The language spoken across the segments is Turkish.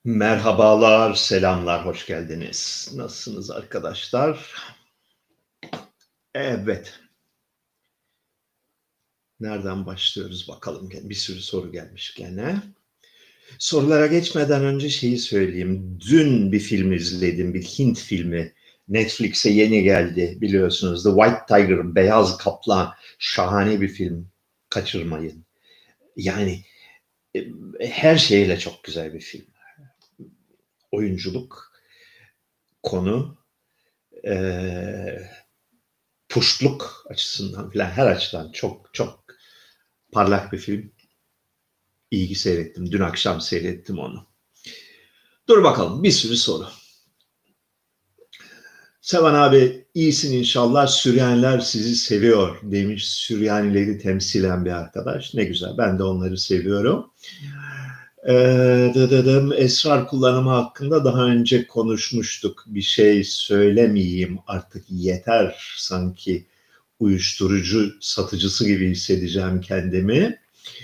Merhabalar, selamlar, hoş geldiniz. Nasılsınız arkadaşlar? Evet, nereden başlıyoruz bakalım. Bir sürü soru gelmiş gene. Sorulara geçmeden önce şeyi söyleyeyim. Dün bir film izledim, bir Hint filmi. Netflix'e yeni geldi biliyorsunuz. The White Tiger, Beyaz Kaplan. Şahane bir film. Kaçırmayın. Yani e, her şeyle çok güzel bir film. Oyunculuk, konu, e, puştluk açısından filan her açıdan çok çok parlak bir film. İyi ki seyrettim. Dün akşam seyrettim onu. Dur bakalım bir sürü soru. Sevan abi iyisin inşallah. Süryaniler sizi seviyor demiş. Süryanileri temsilen bir arkadaş. Ne güzel. Ben de onları seviyorum. Esrar kullanımı hakkında daha önce konuşmuştuk. Bir şey söylemeyeyim artık yeter sanki uyuşturucu satıcısı gibi hissedeceğim kendimi.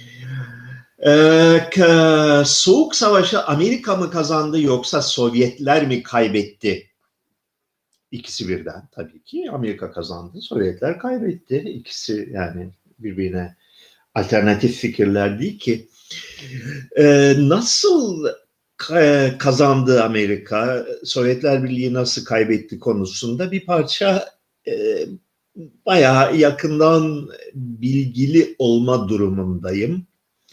Soğuk Savaşı Amerika mı kazandı yoksa Sovyetler mi kaybetti? İkisi birden tabii ki. Amerika kazandı, Sovyetler kaybetti. İkisi yani birbirine alternatif fikirler değil ki. Nasıl kazandı Amerika, Sovyetler Birliği nasıl kaybetti konusunda bir parça bayağı yakından bilgili olma durumundayım.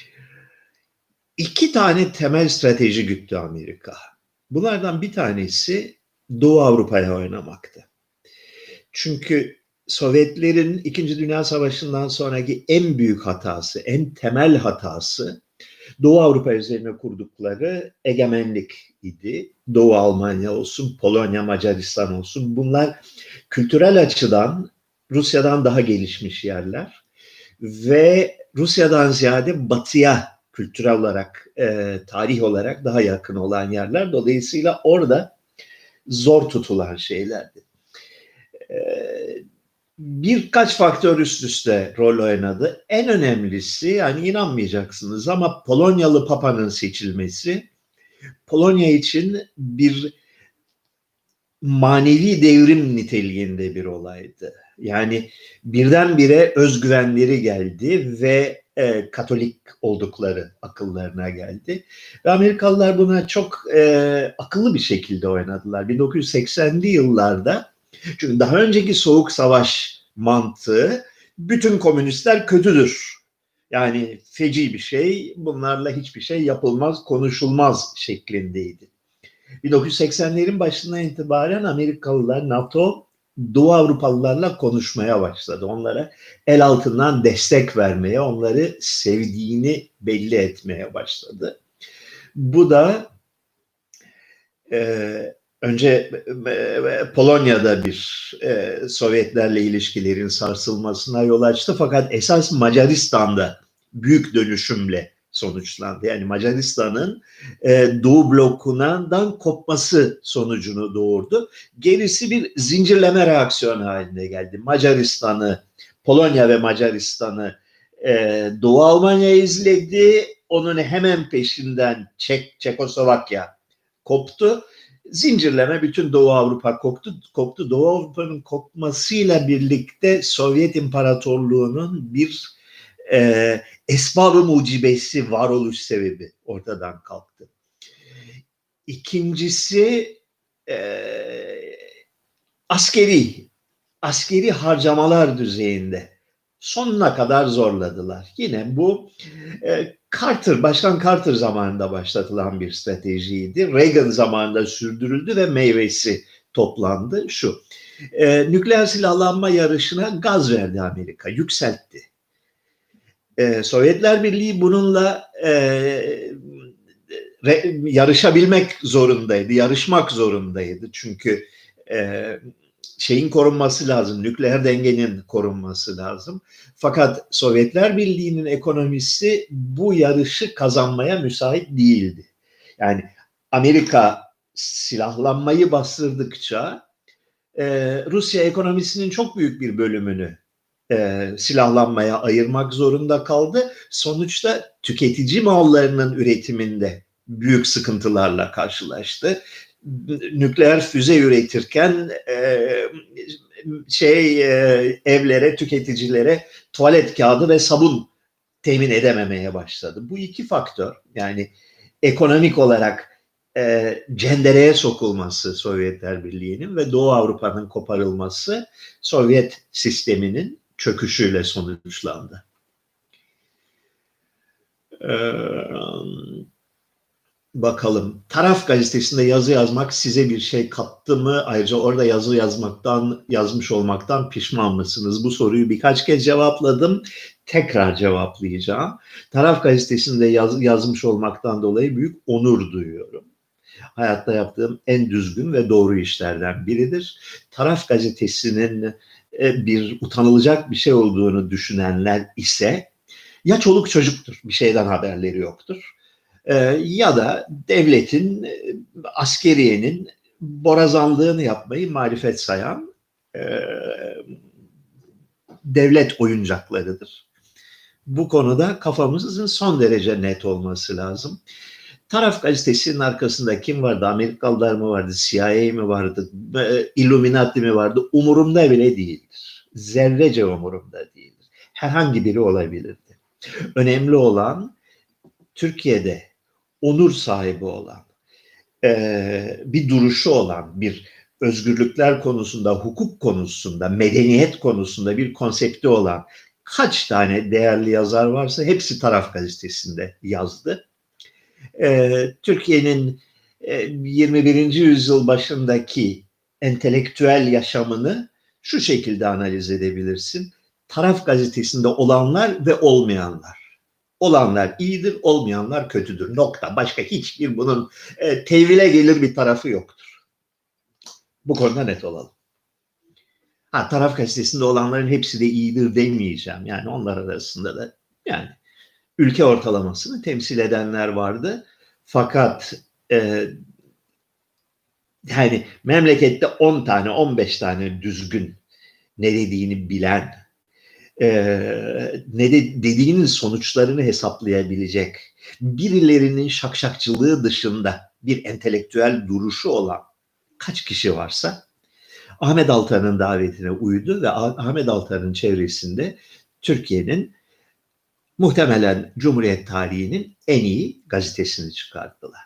İki tane temel strateji güttü Amerika. Bunlardan bir tanesi Doğu Avrupa'ya oynamaktı. Çünkü Sovyetlerin İkinci Dünya Savaşı'ndan sonraki en büyük hatası, en temel hatası Doğu Avrupa üzerine kurdukları egemenlik idi. Doğu Almanya olsun, Polonya, Macaristan olsun. Bunlar kültürel açıdan Rusya'dan daha gelişmiş yerler ve Rusya'dan ziyade Batı'ya kültürel olarak, tarih olarak daha yakın olan yerler. Dolayısıyla orada zor tutulan şeylerdi. Birkaç faktör üst üste rol oynadı. En önemlisi, yani inanmayacaksınız ama Polonyalı Papa'nın seçilmesi Polonya için bir manevi devrim niteliğinde bir olaydı. Yani birdenbire özgüvenleri geldi ve Katolik oldukları akıllarına geldi. Ve Amerikalılar buna çok akıllı bir şekilde oynadılar. 1980'li yıllarda, çünkü daha önceki Soğuk Savaş mantığı bütün komünistler kötüdür. Yani feci bir şey, bunlarla hiçbir şey yapılmaz, konuşulmaz şeklindeydi. 1980'lerin başından itibaren Amerikalılar, NATO, Doğu Avrupalılarla konuşmaya başladı. Onlara el altından destek vermeye, onları sevdiğini belli etmeye başladı. Bu da önce Polonya'da bir Sovyetlerle ilişkilerin sarsılmasına yol açtı. Fakat esas Macaristan'da büyük dönüşümle sonuçlandı. Yani Macaristan'ın Doğu blokundan kopması sonucunu doğurdu. Gerisi bir zincirleme reaksiyon haline geldi. Macaristan'ı, Polonya ve Macaristan'ı Doğu Almanya izledi. Onun hemen peşinden Çekoslovakya koptu. Zincirleme bütün Doğu Avrupa koptu. Doğu Avrupa'nın kopmasıyla birlikte Sovyet İmparatorluğu'nun bir esbab-ı mucibesi, varoluş sebebi ortadan kalktı. İkincisi askeri harcamalar düzeyinde sonuna kadar zorladılar. Yine bu Başkan Carter zamanında başlatılan bir stratejiydi. Reagan zamanında sürdürüldü ve meyvesi toplandı. Şu, nükleer silahlanma yarışına gaz verdi Amerika, yükseltti. Sovyetler Birliği bununla yarışabilmek zorundaydı, yarışmak zorundaydı. Çünkü şeyin korunması lazım, nükleer dengenin korunması lazım. Fakat Sovyetler Birliği'nin ekonomisi bu yarışı kazanmaya müsait değildi. Yani Amerika silahlanmayı bastırdıkça Rusya ekonomisinin çok büyük bir bölümünü silahlanmaya ayırmak zorunda kaldı. Sonuçta tüketici mallarının üretiminde büyük sıkıntılarla karşılaştı. Nükleer füze üretirken evlere, tüketicilere tuvalet kağıdı ve sabun temin edememeye başladı. Bu iki faktör, yani ekonomik olarak cendereye sokulması Sovyetler Birliği'nin ve Doğu Avrupa'nın koparılması Sovyet sisteminin çöküşüyle sonuçlandı. Bakalım, Taraf Gazetesi'nde yazı yazmak size bir şey kattı mı? Ayrıca orada yazı yazmış olmaktan pişman mısınız? Bu soruyu birkaç kez cevapladım. Tekrar cevaplayacağım. Taraf Gazetesi'nde yazmış olmaktan dolayı büyük onur duyuyorum. Hayatta yaptığım en düzgün ve doğru işlerden biridir. Taraf Gazetesi'nin bir utanılacak bir şey olduğunu düşünenler ise ya çoluk çocuktur, bir şeyden haberleri yoktur. Ya da devletin, askeriyenin borazanlığını yapmayı marifet sayan devlet oyuncaklarıdır. Bu konuda kafamızın son derece net olması lazım. Taraf Gazetesi'nin arkasında kim vardı? Amerikalılar mı vardı? CIA mi vardı? Illuminati mi vardı? Umurumda bile değildir. Zerrece umurumda değildir. Herhangi biri olabilirdi. Önemli olan Türkiye'de onur sahibi olan, bir duruşu olan, bir özgürlükler konusunda, hukuk konusunda, medeniyet konusunda bir konsepti olan kaç tane değerli yazar varsa hepsi Taraf Gazetesi'nde yazdı. Türkiye'nin 21. yüzyıl başındaki entelektüel yaşamını şu şekilde analiz edebilirsin. Taraf Gazetesi'nde olanlar ve olmayanlar. Olanlar iyidir, olmayanlar kötüdür. Nokta. Başka hiçbir bunun tevhile gelir bir tarafı yoktur. Bu konuda net olalım. Taraf Gazetesi'nde olanların hepsi de iyidir demeyeceğim. Yani onlar arasında da yani ülke ortalamasını temsil edenler vardı. Fakat yani memlekette 10 tane, 15 tane düzgün, ne dediğini bilen, ne de dediğinin sonuçlarını hesaplayabilecek, birilerinin şakşakçılığı dışında bir entelektüel duruşu olan kaç kişi varsa Ahmet Altan'ın davetine uydu ve Ahmet Altan'ın çevresinde Türkiye'nin muhtemelen Cumhuriyet tarihinin en iyi gazetesini çıkarttılar.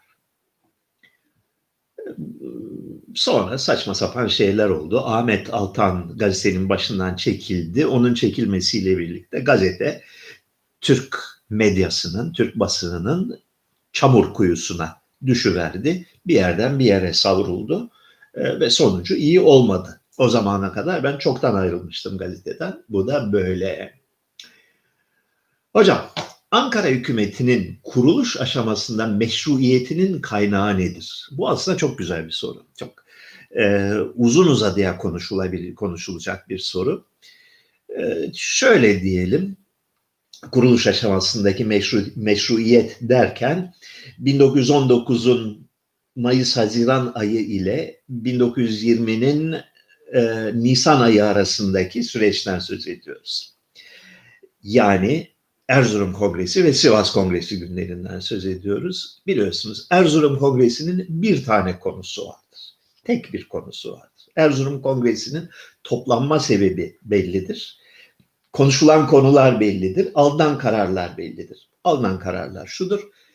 Sonra saçma sapan şeyler oldu. Ahmet Altan gazetenin başından çekildi. Onun çekilmesiyle birlikte gazete Türk medyasının, Türk basınının çamur kuyusuna düşüverdi. Bir yerden bir yere savruldu ve sonucu iyi olmadı. O zamana kadar ben çoktan ayrılmıştım gazeteden. Bu da böyle. Hocam, Ankara hükümetinin kuruluş aşamasında meşruiyetinin kaynağı nedir? Bu aslında çok güzel bir soru. Çok uzun uzadıya konuşulacak bir soru. Şöyle diyelim, kuruluş aşamasındaki meşruiyet derken 1919'un Mayıs-Haziran ayı ile 1920'nin Nisan ayı arasındaki süreçten söz ediyoruz. Yani Erzurum Kongresi ve Sivas Kongresi günlerinden söz ediyoruz. Biliyorsunuz Erzurum Kongresi'nin bir tane konusu vardır. Tek bir konusu vardır. Erzurum Kongresi'nin toplanma sebebi bellidir. Konuşulan konular bellidir. Alınan kararlar bellidir. Alınan kararlar şudur.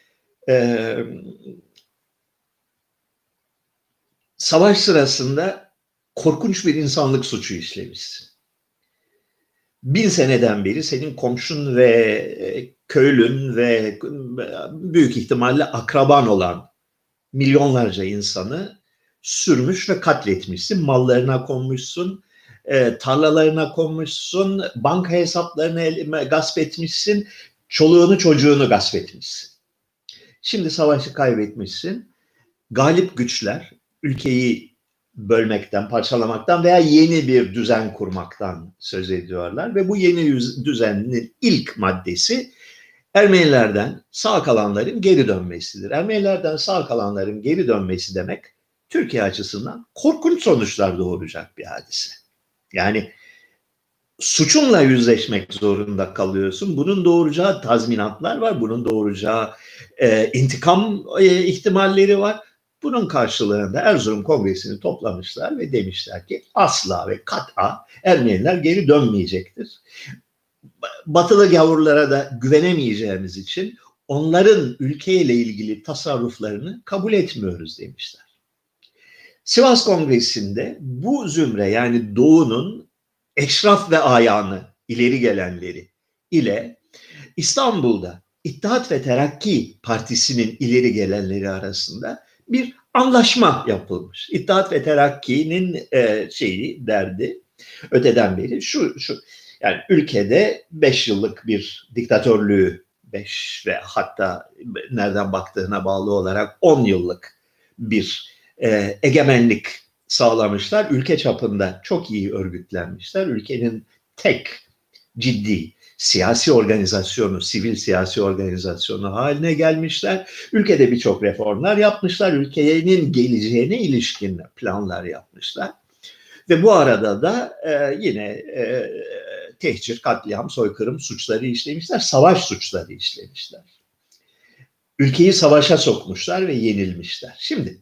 Savaş sırasında korkunç bir insanlık suçu işlemişsin. 1000 seneden beri senin komşun ve köylün ve büyük ihtimalle akraban olan milyonlarca insanı sürmüş ve katletmişsin. Mallarına konmuşsun, tarlalarına konmuşsun, banka hesaplarını gasp etmişsin, çoluğunu çocuğunu gasp etmişsin. Şimdi savaşı kaybetmişsin. Galip güçler ülkeyi bölmekten, parçalamaktan veya yeni bir düzen kurmaktan söz ediyorlar ve bu yeni düzenin ilk maddesi Ermenilerden sağ kalanların geri dönmesidir. Ermenilerden sağ kalanların geri dönmesi demek Türkiye açısından korkunç sonuçlar doğuracak bir hadise. Yani suçunla yüzleşmek zorunda kalıyorsun. Bunun doğuracağı tazminatlar var. Bunun doğuracağı intikam ihtimalleri var. Bunun karşılığında Erzurum Kongresi'ni toplamışlar ve demişler ki asla ve kat'a Ermeniler geri dönmeyecektir. Batılı gavurlara da güvenemeyeceğimiz için onların ülkeyle ilgili tasarruflarını kabul etmiyoruz demişler. Sivas Kongresi'nde bu zümre, yani Doğu'nun eşraf ve ayağını, ileri gelenleri ile İstanbul'da İttihat ve Terakki Partisi'nin ileri gelenleri arasında bir anlaşma yapılmış. İttihat ve Terakki'nin derdi öteden beri şu yani ülkede 5 yıllık bir diktatörlüğü, 5 ve hatta nereden baktığına bağlı olarak 10 yıllık bir egemenlik sağlamışlar. Ülke çapında çok iyi örgütlenmişler. Ülkenin tek ciddi siyasi organizasyonu, sivil siyasi organizasyonu haline gelmişler. Ülkede birçok reformlar yapmışlar. Ülkenin geleceğine ilişkin planlar yapmışlar. Ve bu arada da yine tehcir, katliam, soykırım suçları işlemişler, savaş suçları işlemişler. Ülkeyi savaşa sokmuşlar ve yenilmişler. Şimdi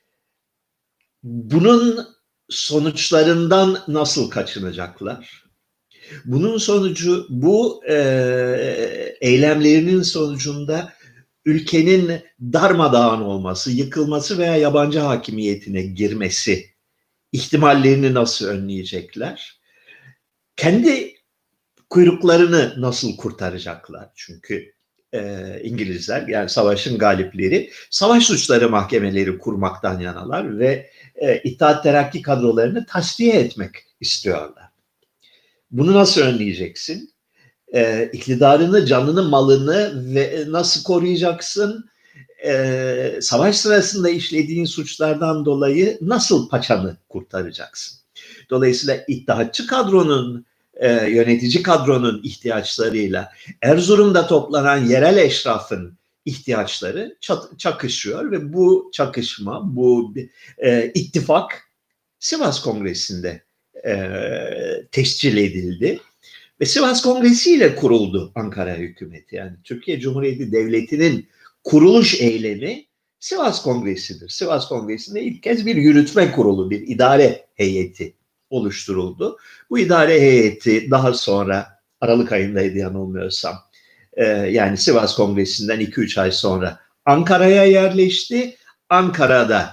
bunun sonuçlarından nasıl kaçınacaklar? Bunun sonucu, bu eylemlerinin sonucunda ülkenin darmadağın olması, yıkılması veya yabancı hakimiyetine girmesi ihtimallerini nasıl önleyecekler? Kendi kuyruklarını nasıl kurtaracaklar? Çünkü İngilizler, yani savaşın galipleri, savaş suçları mahkemeleri kurmaktan yanalar ve İttihat Terakki kadrolarını tasfiye etmek istiyorlar. Bunu nasıl önleyeceksin? İktidarını, canını, malını ve nasıl koruyacaksın? Savaş sırasında işlediğin suçlardan dolayı nasıl paçanı kurtaracaksın? Dolayısıyla İttihatçı kadronun, yönetici kadronun ihtiyaçlarıyla Erzurum'da toplanan yerel eşrafın ihtiyaçları çakışıyor ve bu çakışma, bu ittifak Sivas Kongresi'nde tescil edildi. Ve Sivas Kongresi ile kuruldu Ankara hükümeti. Yani Türkiye Cumhuriyeti Devleti'nin kuruluş eylemi Sivas Kongresi'dir. Sivas Kongresi'nde ilk kez bir yürütme kurulu, bir idare heyeti oluşturuldu. Bu idare heyeti daha sonra Aralık ayındaydı yanılmıyorsam. Yani Sivas Kongresi'nden 2-3 ay sonra Ankara'ya yerleşti. Ankara'da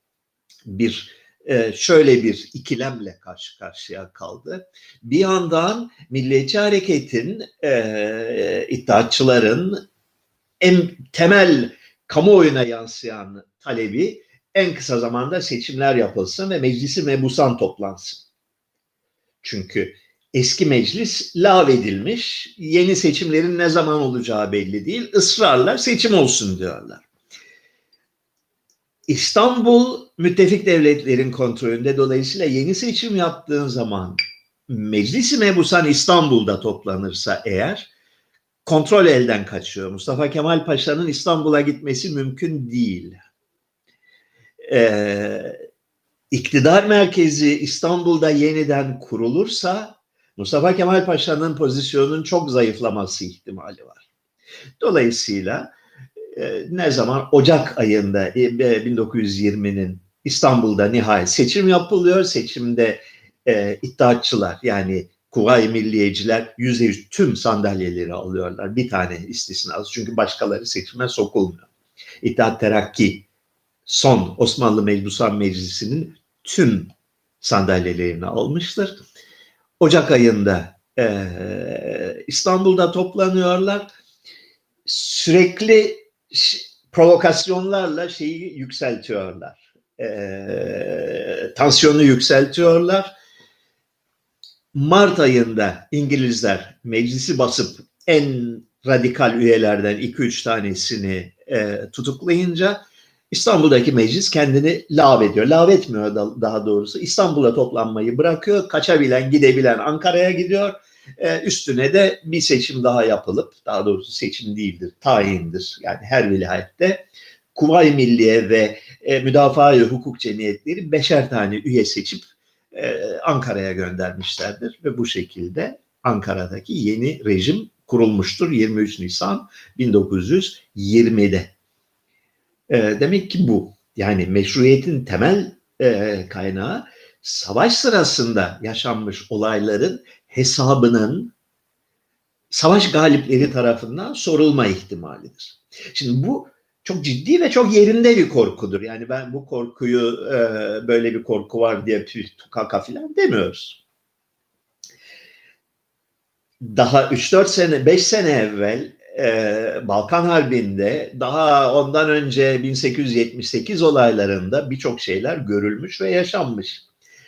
şöyle bir ikilemle karşı karşıya kaldı. Bir yandan Milliyetçi Hareket'in, İttihatçıların en temel kamuoyuna yansıyan talebi en kısa zamanda seçimler yapılsın ve meclisi mebusan toplansın. Çünkü eski meclis lağvedilmiş, yeni seçimlerin ne zaman olacağı belli değil, ısrarla seçim olsun diyorlar. İstanbul müttefik devletlerin kontrolünde, dolayısıyla yeni seçim yaptığın zaman Meclis-i Mebusan İstanbul'da toplanırsa eğer kontrol elden kaçıyor. Mustafa Kemal Paşa'nın İstanbul'a gitmesi mümkün değil. İktidar merkezi İstanbul'da yeniden kurulursa Mustafa Kemal Paşa'nın pozisyonunun çok zayıflaması ihtimali var. Dolayısıyla ne zaman? Ocak ayında 1920'nin İstanbul'da nihayet seçim yapılıyor. Seçimde İttihatçılar, yani Kuvayi Milliyeciler %100 tüm sandalyeleri alıyorlar. Bir tane istisnası, çünkü başkaları seçime sokulmuyor. İttihat Terakki son Osmanlı Mebusan Meclisi'nin tüm sandalyelerini almıştır. Ocak ayında İstanbul'da toplanıyorlar. Sürekli provokasyonlarla şeyi yükseltiyorlar. Tansiyonu yükseltiyorlar. Mart ayında İngilizler meclisi basıp en radikal üyelerden 2-3 tanesini tutuklayınca İstanbul'daki meclis kendini lağvediyor. Lağvetmiyor daha doğrusu. İstanbul'a toplanmayı bırakıyor. Kaçabilen, gidebilen Ankara'ya gidiyor. Üstüne de bir seçim daha yapılıp, daha doğrusu seçim değildir, tayindir. Yani her vilayette Kuvayi Milliye ve Müdafaa-i Hukuk Cemiyetleri 5'er tane üye seçip Ankara'ya göndermişlerdir ve bu şekilde Ankara'daki yeni rejim kurulmuştur 23 Nisan 1920'de. Demek ki bu, yani meşruiyetin temel kaynağı savaş sırasında yaşanmış olayların hesabının savaş galipleri tarafından sorulma ihtimalidir. Şimdi bu çok ciddi ve çok yerinde bir korkudur. Yani ben bu korkuyu böyle bir korku var diye kaka filan demiyoruz. Daha 3-4 sene, 5 sene evvel Balkan Harbi'nde, daha ondan önce 1878 olaylarında birçok şeyler görülmüş ve yaşanmış.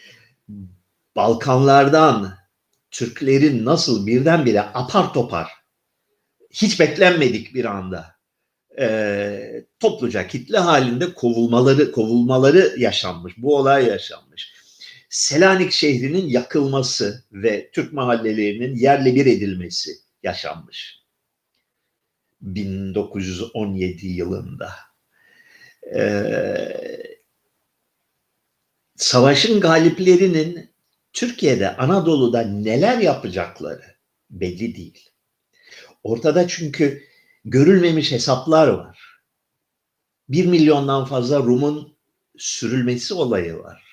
Balkanlardan Türklerin nasıl birdenbire apar topar, hiç beklenmedik bir anda topluca kitle halinde kovulmaları yaşanmış. Bu olay yaşanmış. Selanik şehrinin yakılması ve Türk mahallelerinin yerle bir edilmesi yaşanmış. 1917 yılında. Savaşın galiplerinin Türkiye'de, Anadolu'da neler yapacakları belli değil. Ortada çünkü görülmemiş hesaplar var. 1 milyondan fazla Rum'un sürülmesi olayı var.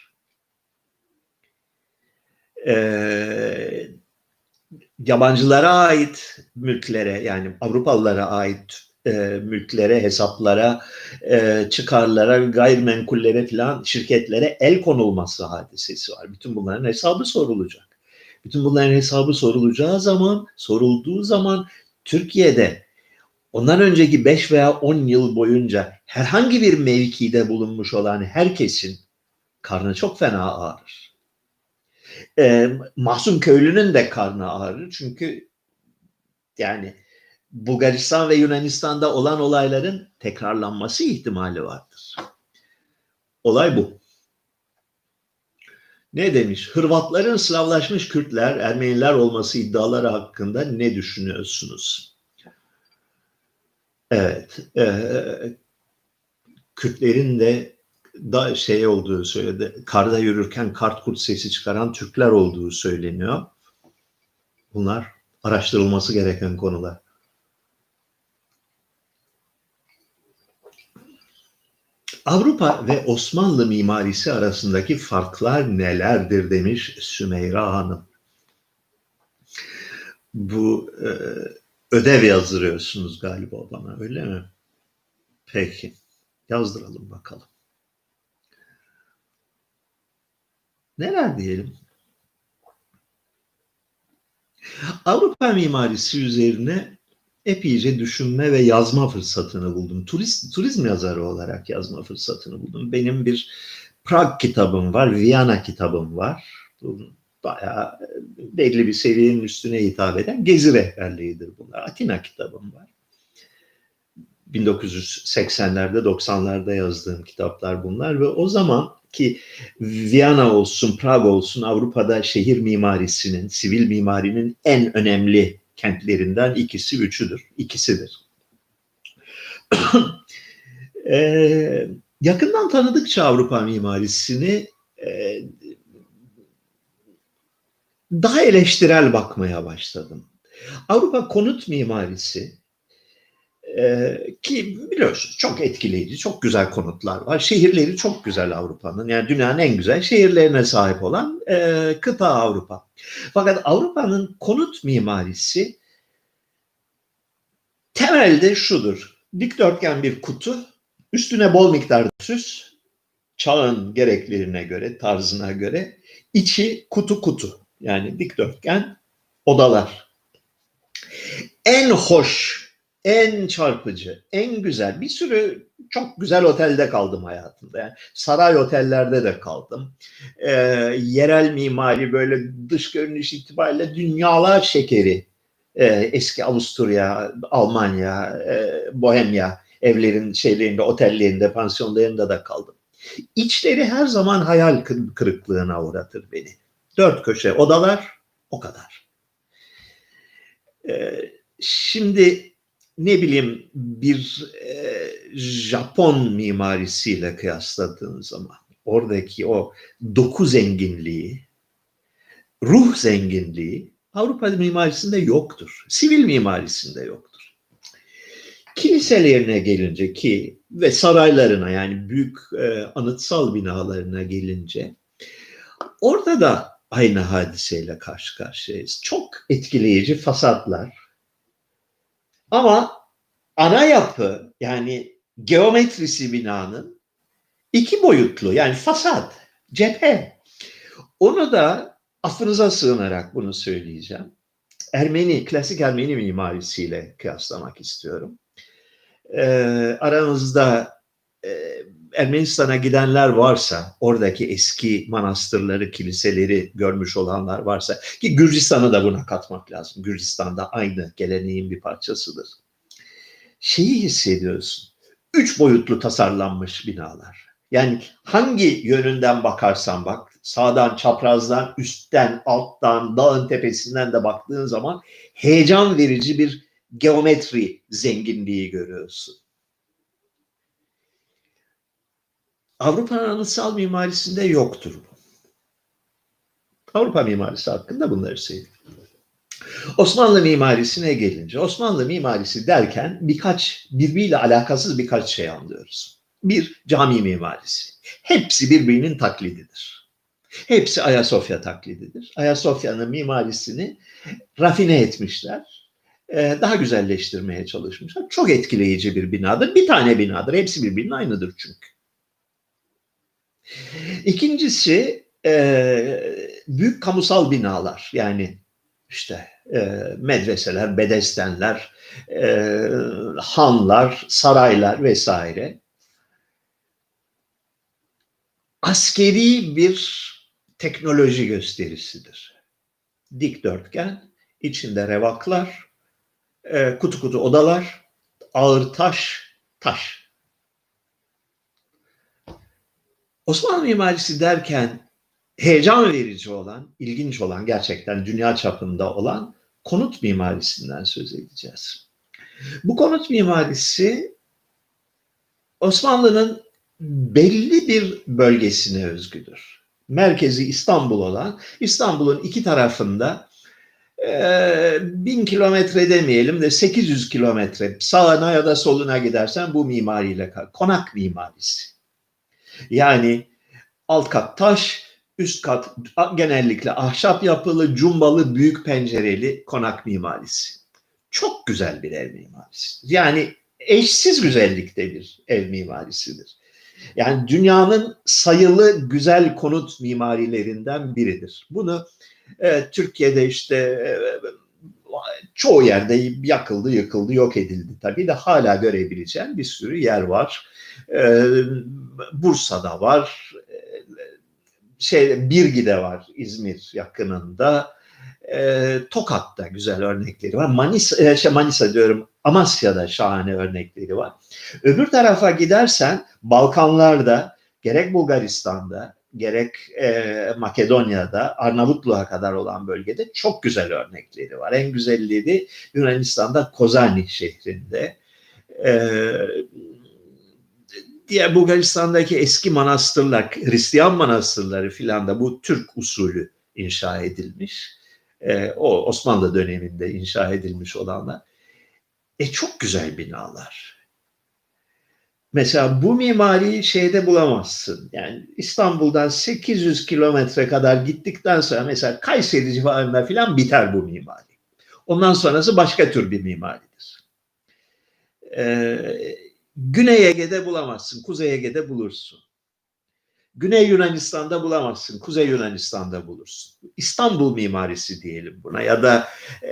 Yabancılara ait mülklere, yani Avrupalılara ait mülklere, hesaplara, çıkarlara, gayrimenkullere falan, şirketlere el konulması hadisesi var. Bütün bunların hesabı sorulacak. Bütün bunların hesabı sorulduğu zaman Türkiye'de ondan önceki 5 veya 10 yıl boyunca herhangi bir mevkide bulunmuş olan herkesin karnı çok fena ağrır. Mahzun köylünün de karnı ağrır. Çünkü yani Bulgaristan ve Yunanistan'da olan olayların tekrarlanması ihtimali vardır. Olay bu. Ne demiş? Hırvatların Slavlaşmış Kürtler, Ermeniler olması iddiaları hakkında ne düşünüyorsunuz? Evet. Kürtlerin de olduğu söyledi. Karda yürürken kart kurt sesi çıkaran Türkler olduğu söyleniyor. Bunlar araştırılması gereken konular. Avrupa ve Osmanlı mimarisi arasındaki farklar nelerdir demiş Sümeyra Hanım. Bu ödev yazdırıyorsunuz galiba bana, öyle mi? Peki. Yazdıralım bakalım. Neler diyelim? Avrupa mimarisi üzerine epeyce düşünme ve yazma fırsatını buldum. Turizm yazarı olarak yazma fırsatını buldum. Benim bir Prag kitabım var, Viyana kitabım var. Bayağı belli bir seviyenin üstüne hitap eden gezi rehberliğidir bunlar. Atina kitabım var. 1980'lerde, 90'larda yazdığım kitaplar bunlar ve o zaman ki Viyana olsun, Prag olsun Avrupa'da şehir mimarisinin, sivil mimarinin en önemli kentlerinden ikisidir. Yakından tanıdıkça Avrupa mimarisini daha eleştirel bakmaya başladım. Avrupa konut mimarisi ki biliyorsunuz çok etkileyici, çok güzel konutlar var. Şehirleri çok güzel Avrupa'nın. Yani dünyanın en güzel şehirlerine sahip olan kıta Avrupa. Fakat Avrupa'nın konut mimarisi temelde şudur. Dikdörtgen bir kutu, üstüne bol miktarda süs, çağın gereklerine göre, tarzına göre, içi kutu. Yani dikdörtgen odalar. En hoş, en çarpıcı, en güzel, bir sürü çok güzel otelde kaldım hayatımda. Yani saray otellerde de kaldım. Yerel mimari böyle dış görünüş itibariyle dünyalar şekeri. Eski Avusturya, Almanya, Bohemya evlerin otellerinde, pansiyonlarında da kaldım. İçleri her zaman hayal kırıklığına uğratır beni. 4 köşe odalar, o kadar. Şimdi ne bileyim bir Japon mimarisiyle kıyasladığın zaman oradaki o doku zenginliği, ruh zenginliği Avrupa mimarisinde yoktur. Sivil mimarisinde yoktur. Kiliselerine gelince ki ve saraylarına, yani büyük anıtsal binalarına gelince, orada da aynı hadiseyle karşı karşıyayız. Çok etkileyici fasatlar ama ana yapı, yani geometrisi binanın iki boyutlu, yani fasat, cephe. Onu da affınıza sığınarak bunu söyleyeceğim. Klasik Ermeni mimarisiyle kıyaslamak istiyorum. Aranızda Ermenistan'a gidenler varsa, oradaki eski manastırları, kiliseleri görmüş olanlar varsa, ki Gürcistan'ı da buna katmak lazım. Gürcistan'da aynı geleneğin bir parçasıdır. Şeyi hissediyorsun. 3 boyutlu tasarlanmış binalar. Yani hangi yönünden bakarsan bak, sağdan, çaprazdan, üstten, alttan, dağın tepesinden de baktığın zaman heyecan verici bir geometri zenginliği görüyorsun. Avrupa'nın anıtsal mimarisinde yoktur bu. Avrupa mimarisi hakkında bunları söyleyeyim. Osmanlı mimarisine gelince, Osmanlı mimarisi derken birbiriyle alakasız birkaç şey anlıyoruz. Bir, cami mimarisi. Hepsi birbirinin taklididir. Hepsi Ayasofya taklididir. Ayasofya'nın mimarisini rafine etmişler. Daha güzelleştirmeye çalışmışlar. Çok etkileyici bir binadır. Bir tane binadır. Hepsi birbirinin aynıdır çünkü. İkincisi, büyük kamusal binalar. Yani işte medreseler, bedestenler, hanlar, saraylar vesaire. Askeri bir teknoloji gösterisidir. Dikdörtgen, içinde revaklar, kutu kutu odalar, ağır taş. Osmanlı mimarisi derken heyecan verici olan, ilginç olan, gerçekten dünya çapında olan konut mimarisinden söz edeceğiz. Bu konut mimarisi Osmanlı'nın belli bir bölgesine özgüdür. Merkezi İstanbul olan, İstanbul'un iki tarafında 1000 kilometre demeyelim de 800 kilometre sağına ya da soluna gidersen bu mimariyle konak mimarisi. Yani alt kat taş, üst kat genellikle ahşap yapılı, cumbalı, büyük pencereli konak mimarisi. Çok güzel bir ev mimarisi. Yani eşsiz güzellikte bir ev mimarisidir. Yani dünyanın sayılı güzel konut mimarilerinden biridir. Bunu Türkiye'de işte çoğu yerde yakıldı, yıkıldı, yok edildi tabii de hala görebileceğin bir sürü yer var. Bursa'da var, Birgi'de var, İzmir yakınında, Tokat'ta güzel örnekleri var. Manisa diyorum, Amasya'da şahane örnekleri var. Öbür tarafa gidersen Balkanlarda, gerek Bulgaristan'da, gerek Makedonya'da, Arnavutluğa kadar olan bölgede çok güzel örnekleri var. En güzelleri Yunanistan'da Kozani şehrinde. Diğer Bulgaristan'daki eski manastırlar, Hristiyan manastırları filan da bu Türk usulü inşa edilmiş. O Osmanlı döneminde inşa edilmiş olanlar. Çok güzel binalar. Mesela bu mimariyi şeyde bulamazsın. Yani İstanbul'dan 800 kilometre kadar gittikten sonra mesela Kayseri civarında filan biter bu mimari. Ondan sonrası başka tür bir mimaridir. Güney Ege'de bulamazsın, Kuzey Ege'de bulursun. Güney Yunanistan'da bulamazsın, Kuzey Yunanistan'da bulursun. İstanbul mimarisi diyelim buna ya da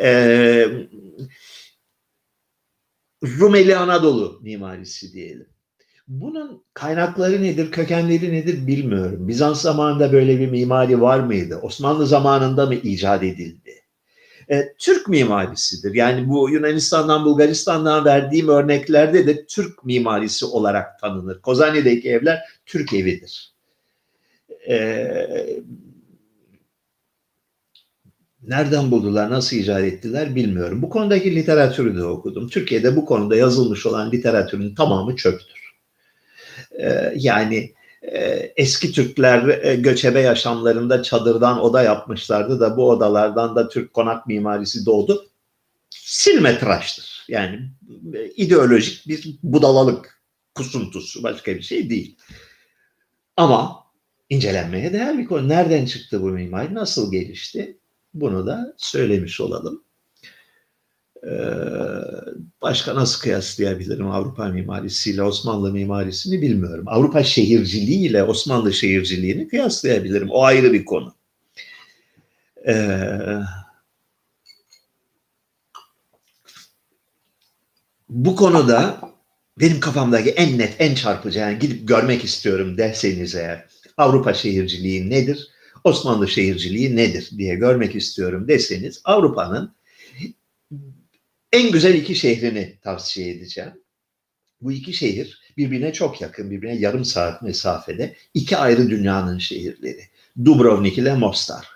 Rumeli Anadolu mimarisi diyelim. Bunun kaynakları nedir, kökenleri nedir bilmiyorum. Bizans zamanında böyle bir mimari var mıydı? Osmanlı zamanında mı icat edildi? Türk mimarisidir. Yani bu Yunanistan'dan, Bulgaristan'dan verdiğim örneklerde de Türk mimarisi olarak tanınır. Kozani'deki evler Türk evidir. Nereden buldular, nasıl icat ettiler bilmiyorum. Bu konudaki literatürü de okudum. Türkiye'de bu konuda yazılmış olan literatürün tamamı çöptür. Yani Eski Türkler göçebe yaşamlarında çadırdan oda yapmışlardı da bu odalardan da Türk konak mimarisi doğdu. Silmetraştır. Yani ideolojik bir budalalık kusuntusu, başka bir şey değil. Ama incelenmeye değer bir konu. Nereden çıktı bu mimari? Nasıl gelişti? Bunu da söylemiş olalım. Başka nasıl kıyaslayabilirim Avrupa mimarisiyle Osmanlı mimarisini bilmiyorum. Avrupa şehirciliği ile Osmanlı şehirciliğini kıyaslayabilirim. O ayrı bir konu. Bu konuda benim kafamdaki en net, en çarpıcı, yani gidip görmek istiyorum derseniz eğer, Avrupa şehirciliği nedir, Osmanlı şehirciliği nedir diye görmek istiyorum deseniz, Avrupa'nın en güzel iki şehrini tavsiye edeceğim. Bu iki şehir birbirine çok yakın, birbirine yarım saat mesafede, iki ayrı dünyanın şehirleri. Dubrovnik ile Mostar.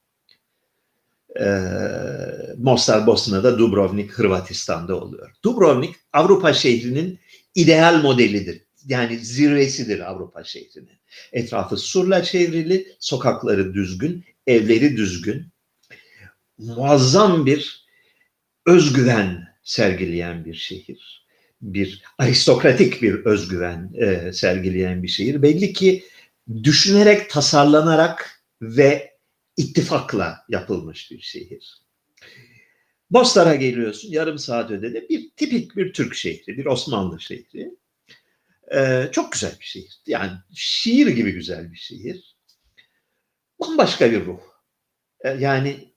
Mostar Bosna'da, Dubrovnik Hırvatistan'da oluyor. Dubrovnik Avrupa şehrinin ideal modelidir. Yani zirvesidir Avrupa şehrinin. Etrafı surla çevrili, sokakları düzgün, evleri düzgün. Muazzam bir özgüven sergileyen bir şehir. Bir aristokratik bir özgüven sergileyen bir şehir. Belli ki düşünerek, tasarlanarak ve ittifakla yapılmış bir şehir. Mostar'a geliyorsun, yarım saat ötede bir tipik bir Türk şehri, bir Osmanlı şehri. Çok güzel bir şehir. Yani şiir gibi güzel bir şehir. Bambaşka bir ruh. Yani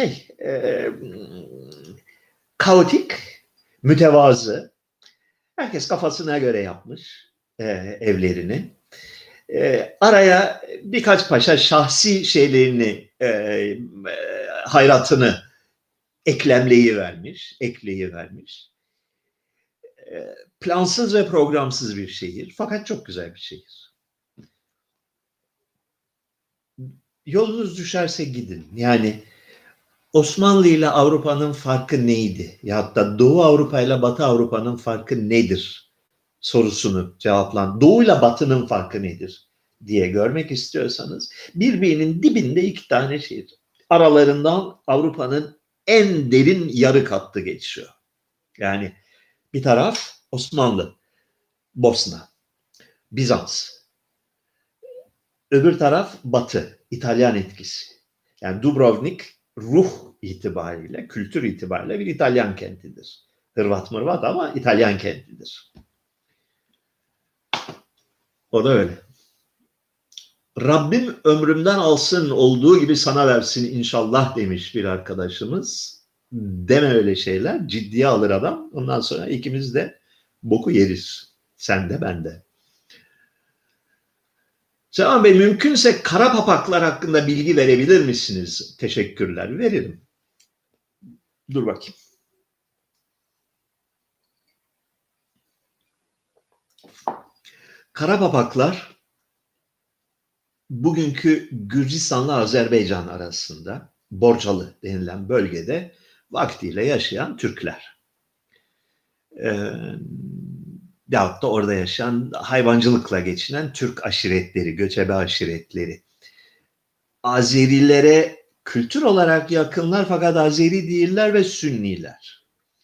kaotik, mütevazı. Herkes kafasına göre yapmış evlerini. Araya birkaç paşa şahsi şeylerini, hayratını ekleyivermiş. Plansız ve programsız bir şehir. Fakat çok güzel bir şehir. Yolunuz düşerse gidin. Yani Osmanlı ile Avrupa'nın farkı neydi? Ya da Doğu Avrupa ile Batı Avrupa'nın farkı nedir? Sorusunu cevaplan. Doğu ile Batı'nın farkı nedir diye görmek istiyorsanız, birbirinin dibinde iki tane şehir. Aralarından Avrupa'nın en derin yarık hattı geçiyor. Yani bir taraf Osmanlı, Bosna, Bizans. Öbür taraf Batı, İtalyan etkisi. Yani Dubrovnik ruh itibariyle, kültür itibariyle bir İtalyan kentidir. Hırvat mırvat ama İtalyan kentidir. O da öyle. Rabbim ömrümden alsın, olduğu gibi sana versin inşallah demiş bir arkadaşımız. Deme öyle şeyler, ciddiye alır adam. Ondan sonra ikimiz de boku yeriz. Sen de ben de. Selam Bey, mümkünse kara papaklar hakkında bilgi verebilir misiniz? Teşekkürler, veririm. Dur bakayım. Kara papaklar bugünkü Gürcistan'la Azerbaycan arasında Borcalı denilen bölgede vaktiyle yaşayan Türkler. Yahut da orada yaşayan, hayvancılıkla geçinen Türk aşiretleri, göçebe aşiretleri. Azerilere kültür olarak yakınlar fakat Azeri değiller ve Sünniler.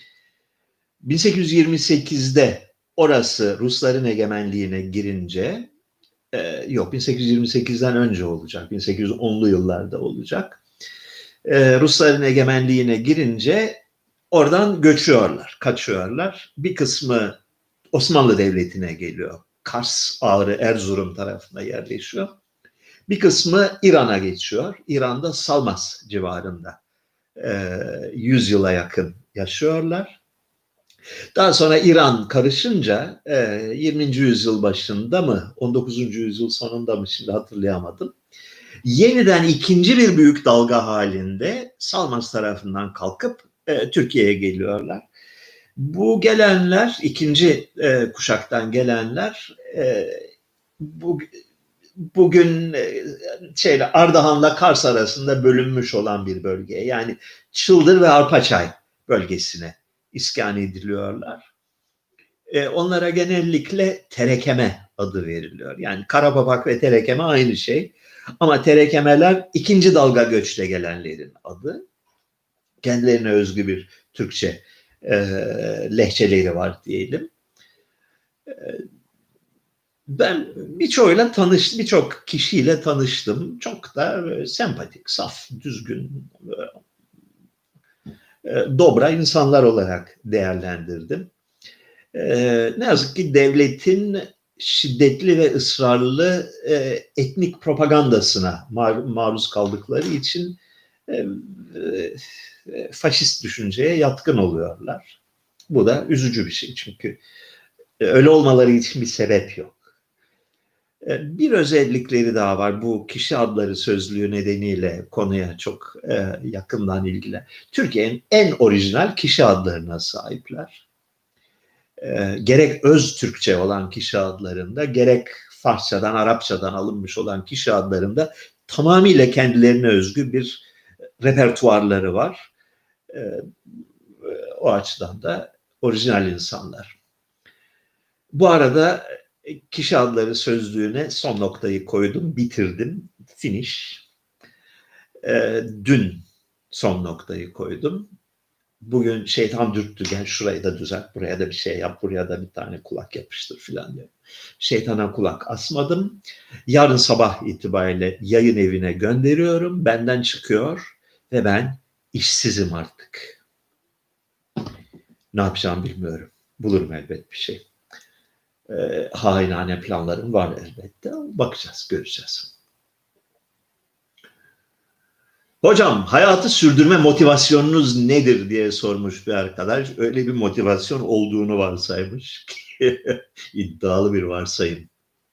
1828'de orası Rusların egemenliğine girince, yok 1828'den önce olacak, 1810'lu yıllarda olacak. Rusların egemenliğine girince oradan göçüyorlar, kaçıyorlar. Bir kısmı Osmanlı Devleti'ne geliyor. Kars, Ağrı, Erzurum tarafına yerleşiyor. Bir kısmı İran'a geçiyor. İran'da Salmas civarında 100 yıla yakın yaşıyorlar. Daha sonra İran karışınca 20. yüzyıl başında mı, 19. yüzyıl sonunda mı, şimdi hatırlayamadım. Yeniden ikinci bir büyük dalga halinde Salmas tarafından kalkıp Türkiye'ye geliyorlar. Bu gelenler, ikinci kuşaktan gelenler bugün Ardahan'la Kars arasında bölünmüş olan bir bölgeye, yani Çıldır ve Arpaçay bölgesine iskan ediliyorlar. Onlara genellikle terekeme adı veriliyor. Yani karapapak ve terekeme aynı şey. Ama terekemeler ikinci dalga göçle gelenlerin adı. Kendilerine özgü bir Türkçe lehçeleri var diyelim. Ben birçok kişiyle tanıştım. Çok da sempatik, saf, düzgün, dobra insanlar olarak değerlendirdim. Ne yazık ki devletin şiddetli ve ısrarlı etnik propagandasına maruz kaldıkları için faşist düşünceye yatkın oluyorlar. Bu da üzücü bir şey çünkü öyle olmaları için bir sebep yok. Bir özellikleri daha var. Bu kişi adları sözlüğü nedeniyle konuya çok yakından ilgilen. Türkiye'nin en orijinal kişi adlarına sahipler. Gerek öz Türkçe olan kişi adlarında, gerek Farsçadan, Arapçadan alınmış olan kişi adlarında tamamıyla kendilerine özgü bir repertuarları var. O açıdan da orijinal insanlar. Bu arada kişi adları sözlüğüne son noktayı koydum, bitirdim, finish. Dün son noktayı koydum. Bugün şeytan dürttü, gel şurayı da düzelt, buraya da bir şey yap, buraya da bir tane kulak yapıştır filan diye. Şeytana kulak asmadım. Yarın sabah itibariyle yayın evine gönderiyorum, benden çıkıyor ve ben işsizim artık. Ne yapacağımı bilmiyorum. Bulurum elbet bir şey. Hainane planlarım var elbette. Bakacağız, göreceğiz. Hocam hayatı sürdürme motivasyonunuz nedir diye sormuş bir arkadaş. Öyle bir motivasyon olduğunu varsaymış. İddialı bir varsayım.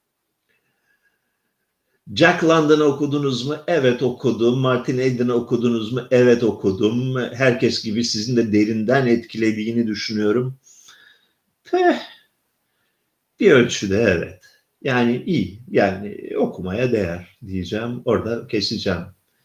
Jack London'ı okudunuz mu? Evet okudum. Martin Eden'ı okudunuz mu? Evet okudum. Herkes gibi sizin de derinden etkilediğini düşünüyorum. Bir ölçüde evet. Yani iyi. Yani okumaya değer diyeceğim. Orada keseceğim.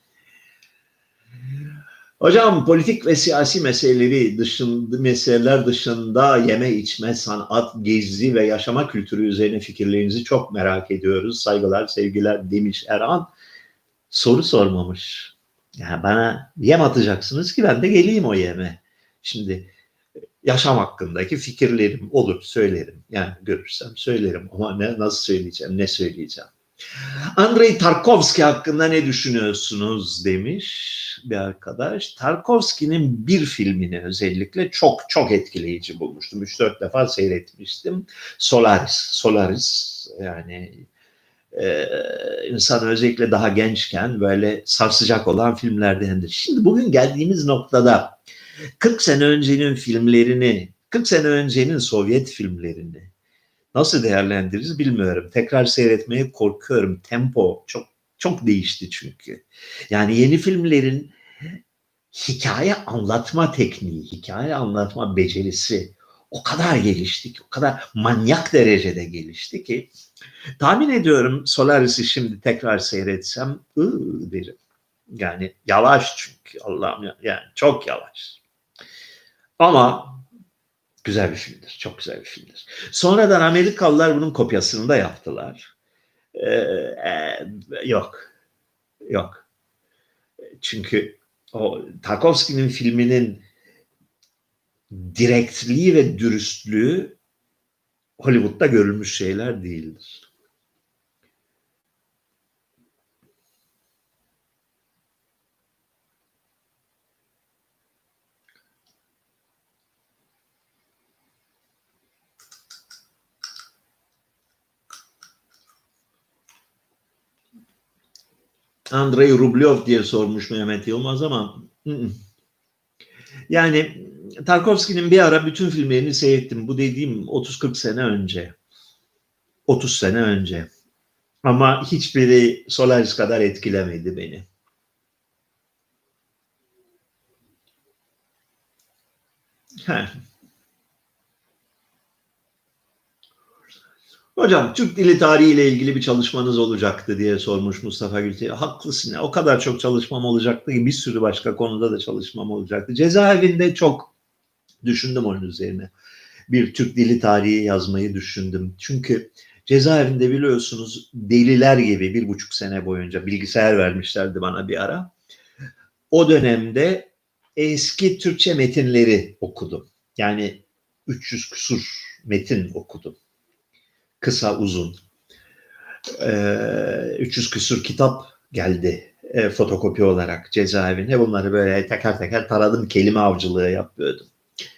Hocam politik ve siyasi meseleler dışında yeme içme, sanat, gezi ve yaşama kültürü üzerine fikirlerinizi çok merak ediyoruz. Saygılar, sevgiler demiş Erhan. Soru sormamış. Yani bana yem atacaksınız ki ben de geleyim o yeme. Şimdi yaşam hakkındaki fikirlerim olur, söylerim. Yani görürsem söylerim ama nasıl söyleyeceğim, ne söyleyeceğim. Andrei Tarkovski hakkında ne düşünüyorsunuz demiş bir arkadaş. Tarkovski'nin bir filmini özellikle çok çok etkileyici bulmuştum. 3-4 defa seyretmiştim. Solaris yani insan özellikle daha gençken böyle sarsacak olan filmlerdendir. Şimdi bugün geldiğimiz noktada 40 sene öncenin filmlerini, 40 sene öncenin Sovyet filmlerini nasıl değerlendiririz bilmiyorum. Tekrar seyretmeye korkuyorum. Tempo çok değişti çünkü. Yani yeni filmlerin hikaye anlatma tekniği, hikaye anlatma becerisi o kadar gelişti ki, o kadar manyak derecede gelişti ki tahmin ediyorum Solaris'i şimdi tekrar seyretsem derim. Yani yavaş çünkü Allah'ım yani çok yavaş. Ama güzel bir filmdir. Çok güzel bir filmdir. Sonradan Amerikalılar bunun kopyasını da yaptılar. Yok. Yok. Çünkü o Tarkovski'nin filminin direktliği ve dürüstlüğü Hollywood'da görülmüş şeyler değildir. Andrei Rublev diye sormuş Mehmet Yılmaz ama yani Tarkovski'nin bir ara bütün filmlerini seyrettim. Bu dediğim 30-40 sene önce. 30 sene önce. Ama hiçbiri Solaris kadar etkilemedi beni. Hocam Türk dili tarihi ile ilgili bir çalışmanız olacaktı diye sormuş Mustafa Gültekin. Haklısın. O kadar çok çalışmam olacaktı ki bir sürü başka konuda da çalışmam olacaktı. Cezaevinde çok düşündüm onun üzerine. bir Türk dili tarihi yazmayı düşündüm. Çünkü cezaevinde biliyorsunuz deliler gibi 1,5 sene boyunca bilgisayar vermişlerdi bana bir ara. O dönemde eski Türkçe metinleri okudum. Yani 300 küsur metin okudum. Kısa uzun. 300 küsur kitap geldi fotokopi olarak cezaevine. Bunları böyle teker teker taradım, kelime avcılığı yapıyordum.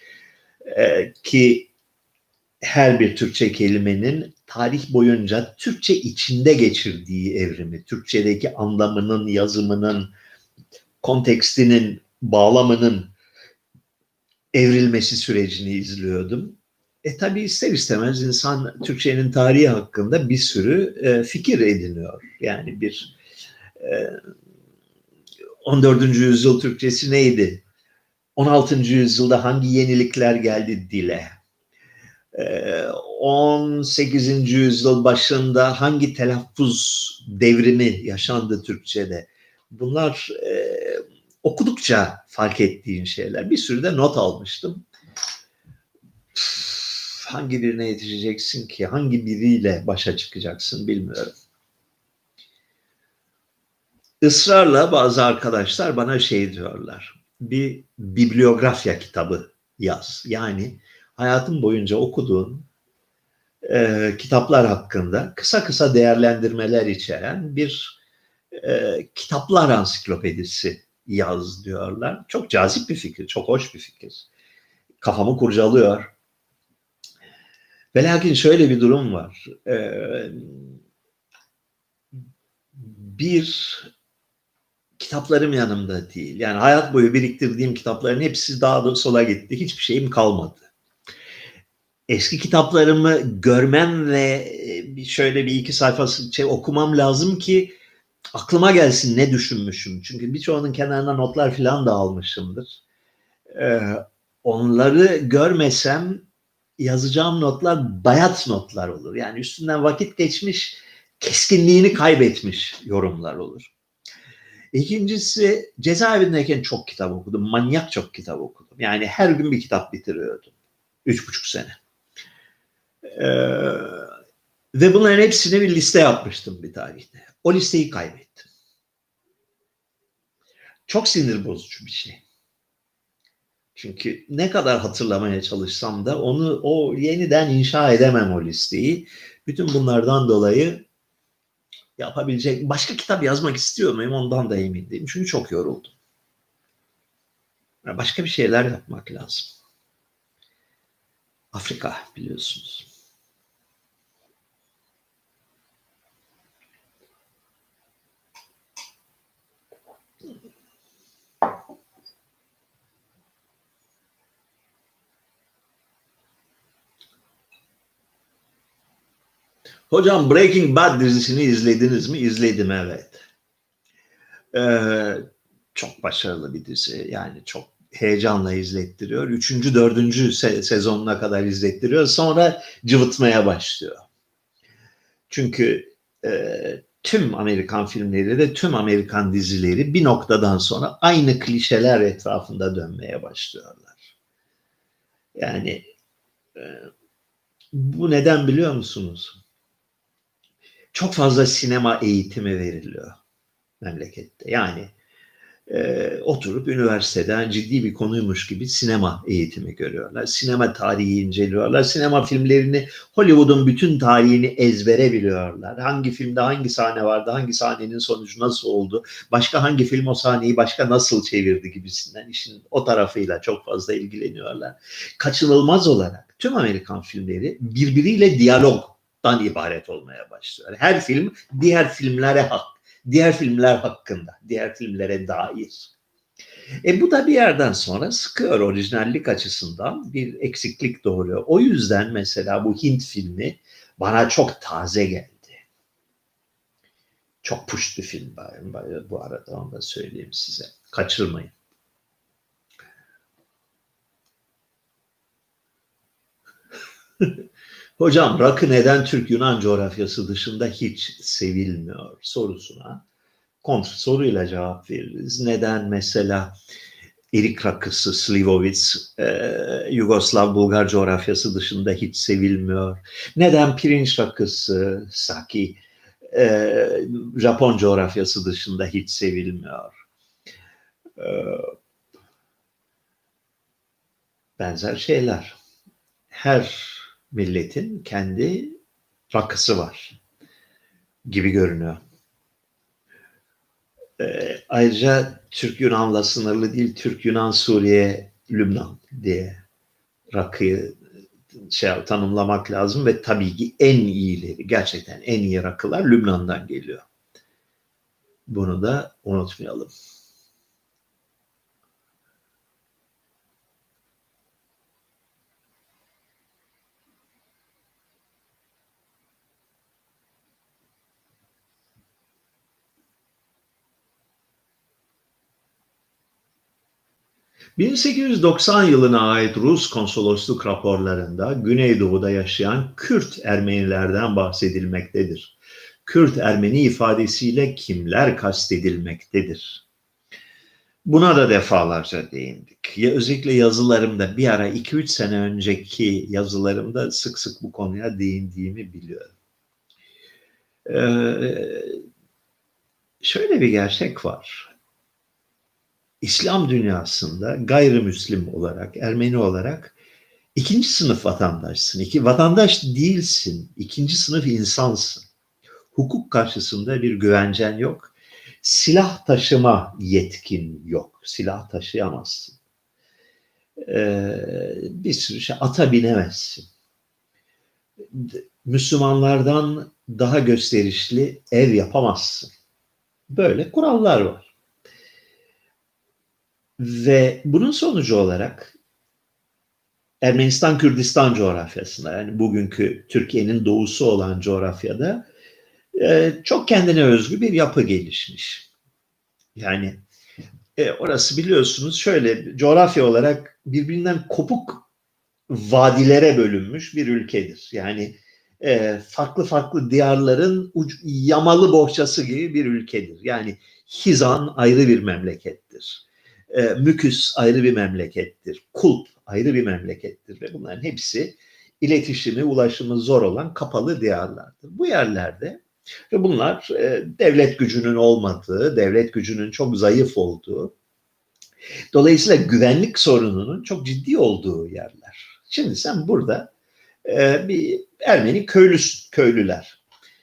Ki her bir Türkçe kelimenin tarih boyunca Türkçe içinde geçirdiği evrimi, Türkçedeki anlamının, yazımının, kontekstinin, bağlamının evrilmesi sürecini izliyordum. Tabii ister istemez insan Türkçenin tarihi hakkında bir sürü fikir ediniyor. Yani bir 14. yüzyıl Türkçesi neydi? 16. yüzyılda hangi yenilikler geldi dile? 18. yüzyıl başında hangi telaffuz devrimi yaşandı Türkçe'de? Bunlar okudukça fark ettiğin şeyler. Bir sürü de not almıştım. Hangi birine yetişeceksin ki? Hangi biriyle başa çıkacaksın bilmiyorum. Israrla bazı arkadaşlar bana şey diyorlar. Bir bibliografya kitabı yaz. Yani hayatın boyunca okuduğun kitaplar hakkında kısa kısa değerlendirmeler içeren bir kitaplar ansiklopedisi yaz diyorlar. Çok cazip bir fikir, çok hoş bir fikir. Kafamı kurcalıyor. Ve lakin şöyle bir durum var. Bir kitaplarım yanımda değil. Yani hayat boyu biriktirdiğim kitapların hepsi daha da sola gitti. Hiçbir şeyim kalmadı. Eski kitaplarımı görmem ve şöyle bir iki sayfası okumam lazım ki aklıma gelsin ne düşünmüşüm. Çünkü birçoğunun kenarına notlar falan da almışımdır. Onları görmesem yazacağım notlar bayat notlar olur. Yani üstünden vakit geçmiş, keskinliğini kaybetmiş yorumlar olur. İkincisi cezaevindeyken çok kitap okudum. Manyak çok kitap okudum. Yani her gün bir kitap bitiriyordum. 3,5 sene. Ve bunların hepsine bir liste yapmıştım bir tarihte. O listeyi kaybettim. Çok sinir bozucu bir şey. Çünkü ne kadar hatırlamaya çalışsam da o yeniden inşa edemem o listeyi. Bütün bunlardan dolayı yapabilecek başka kitap yazmak istiyor muyum ondan da emin değilim. Çünkü çok yoruldum. Başka bir şeyler yapmak lazım. Afrika biliyorsunuz. Hocam Breaking Bad dizisini izlediniz mi? İzledim evet. Çok başarılı bir dizi. Yani çok heyecanla izlettiriyor. 3. 4. sezonuna kadar izlettiriyor. Sonra cıvıtmaya başlıyor. Çünkü tüm Amerikan filmleri ve tüm Amerikan dizileri bir noktadan sonra aynı klişeler etrafında dönmeye başlıyorlar. Yani bu neden biliyor musunuz? Çok fazla sinema eğitimi veriliyor memlekette. Yani oturup üniversiteden ciddi bir konuymuş gibi sinema eğitimi görüyorlar. Sinema tarihi inceliyorlar. Sinema filmlerini, Hollywood'un bütün tarihini ezbere biliyorlar. Hangi filmde hangi sahne vardı, hangi sahnenin sonucu nasıl oldu, başka hangi film o sahneyi başka nasıl çevirdi gibisinden işin o tarafıyla çok fazla ilgileniyorlar. Kaçınılmaz olarak tüm Amerikan filmleri birbiriyle diyalogdan ibaret olmaya başlıyor. Her film diğer filmler hakkında, diğer filmlere dair. Bu da bir yerden sonra sıkıyor orijinallik açısından bir eksiklik doğuruyor. O yüzden mesela bu Hint filmi bana çok taze geldi. Çok push bir film bu arada onu da söyleyeyim size. Kaçırmayın. Hocam rakı neden Türk-Yunan coğrafyası dışında hiç sevilmiyor sorusuna kontra soruyla cevap veririz. Neden mesela Erik rakısı, Slivovic, Yugoslav Bulgar coğrafyası dışında hiç sevilmiyor. Neden pirinç rakısı, sake, Japon coğrafyası dışında hiç sevilmiyor? Benzer şeyler. Her milletin kendi rakısı var gibi görünüyor. Ayrıca Türk-Yunan'la sınırlı değil, Türk-Yunan-Suriye, Lübnan diye rakıyı tanımlamak lazım ve tabii ki en iyileri, gerçekten en iyi rakılar Lübnan'dan geliyor. Bunu da unutmayalım. 1890 yılına ait Rus konsolosluk raporlarında Güneydoğu'da yaşayan Kürt Ermenilerden bahsedilmektedir. Kürt Ermeni ifadesiyle kimler kastedilmektedir? Buna da defalarca değindik. Ya, özellikle yazılarımda bir ara 2-3 sene önceki yazılarımda sık sık bu konuya değindiğimi biliyorum. Şöyle bir gerçek var. İslam dünyasında gayrimüslim olarak, Ermeni olarak ikinci sınıf vatandaşsın. Vatandaş değilsin, ikinci sınıf insansın. Hukuk karşısında bir güvencen yok. Silah taşıma yetkin yok. Silah taşıyamazsın. Bir sürü şey, ata binemezsin. Müslümanlardan daha gösterişli ev yapamazsın. Böyle kurallar var. Ve bunun sonucu olarak Ermenistan-Kürdistan coğrafyasında, yani bugünkü Türkiye'nin doğusu olan coğrafyada çok kendine özgü bir yapı gelişmiş. Yani orası biliyorsunuz şöyle coğrafya olarak birbirinden kopuk vadilere bölünmüş bir ülkedir. Yani farklı farklı diyarların yamalı bohçası gibi bir ülkedir. Yani Hizan ayrı bir memlekettir. Müküs ayrı bir memlekettir. Kulp ayrı bir memlekettir ve bunların hepsi iletişimi, ulaşımı zor olan kapalı diyarlardır. Bu yerlerde ve bunlar devlet gücünün olmadığı, devlet gücünün çok zayıf olduğu, dolayısıyla güvenlik sorununun çok ciddi olduğu yerler. Şimdi sen burada bir Ermeni köylüler.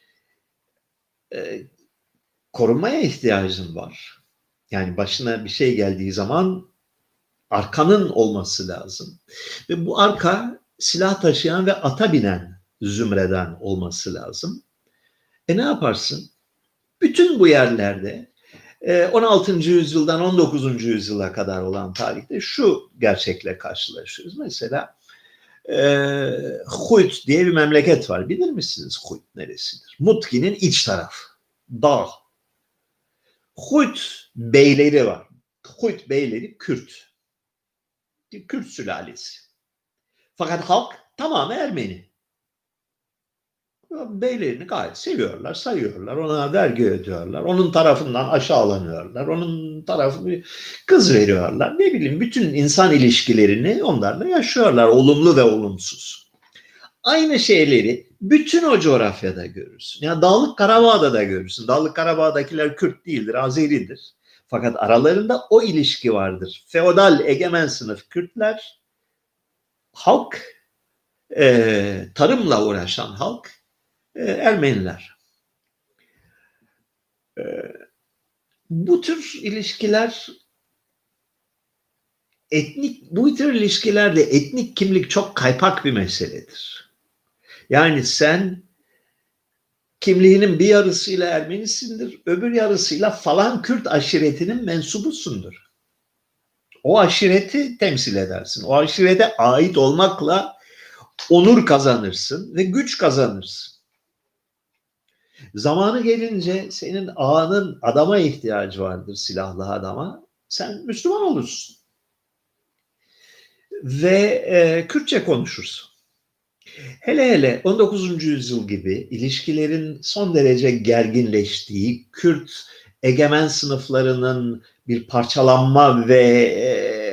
Korunmaya ihtiyacın var. Yani başına bir şey geldiği zaman arkanın olması lazım. Ve bu arka silah taşıyan ve ata binen zümreden olması lazım. Ne yaparsın? Bütün bu yerlerde 16. yüzyıldan 19. yüzyıla kadar olan tarihte şu gerçekle karşılaşıyoruz. Mesela Huyt diye bir memleket var. Bilir misiniz Huyt neresidir? Mutki'nin iç tarafı. Dağ. Huyt beyleri var. Huyt beyleri Kürt. Kürt sülalesi. Fakat halk tamamen Ermeni. Beylerini gayet seviyorlar, sayıyorlar, ona vergi ödüyorlar, onun tarafından aşağılanıyorlar, onun tarafını kız veriyorlar. Ne bileyim bütün insan ilişkilerini onlarla yaşıyorlar, olumlu ve olumsuz. Aynı şeyleri bütün o coğrafyada görürsün. Yani Dağlık Karabağ'da da görürsün. Dağlık Karabağ'dakiler Kürt değildir, Azeridir. Fakat aralarında o ilişki vardır. Feodal egemen sınıf Kürtler, halk, tarımla uğraşan halk, Ermeniler. Bu tür ilişkiler bu tür ilişkilerde etnik kimlik çok kaypak bir meseledir. Yani sen kimliğinin bir yarısıyla Ermenisindir, öbür yarısıyla falan Kürt aşiretinin mensubusundur. O aşireti temsil edersin. O aşirete ait olmakla onur kazanırsın ve güç kazanırsın. Zamanı gelince senin ağanın adama ihtiyacı vardır, silahlı adama. Sen Müslüman olursun. Ve Kürtçe konuşursun. Hele hele 19. yüzyıl gibi ilişkilerin son derece gerginleştiği, Kürt egemen sınıflarının bir parçalanma ve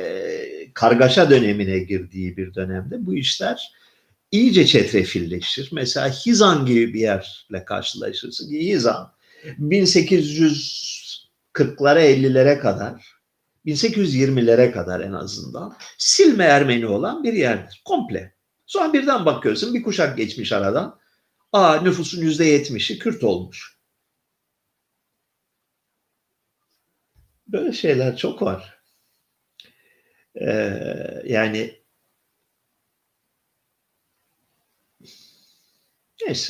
kargaşa dönemine girdiği bir dönemde bu işler iyice çetrefilleşir. Mesela Hizan gibi bir yerle karşılaşırsın. Hizan 1840'lara 50'lere kadar 1820'lere kadar en azından silme Ermeni olan bir yerdir. Komple. Sonra birden bakıyorsun bir kuşak geçmiş aradan. Nüfusun %70'i Kürt olmuş. Böyle şeyler çok var. Yani neyse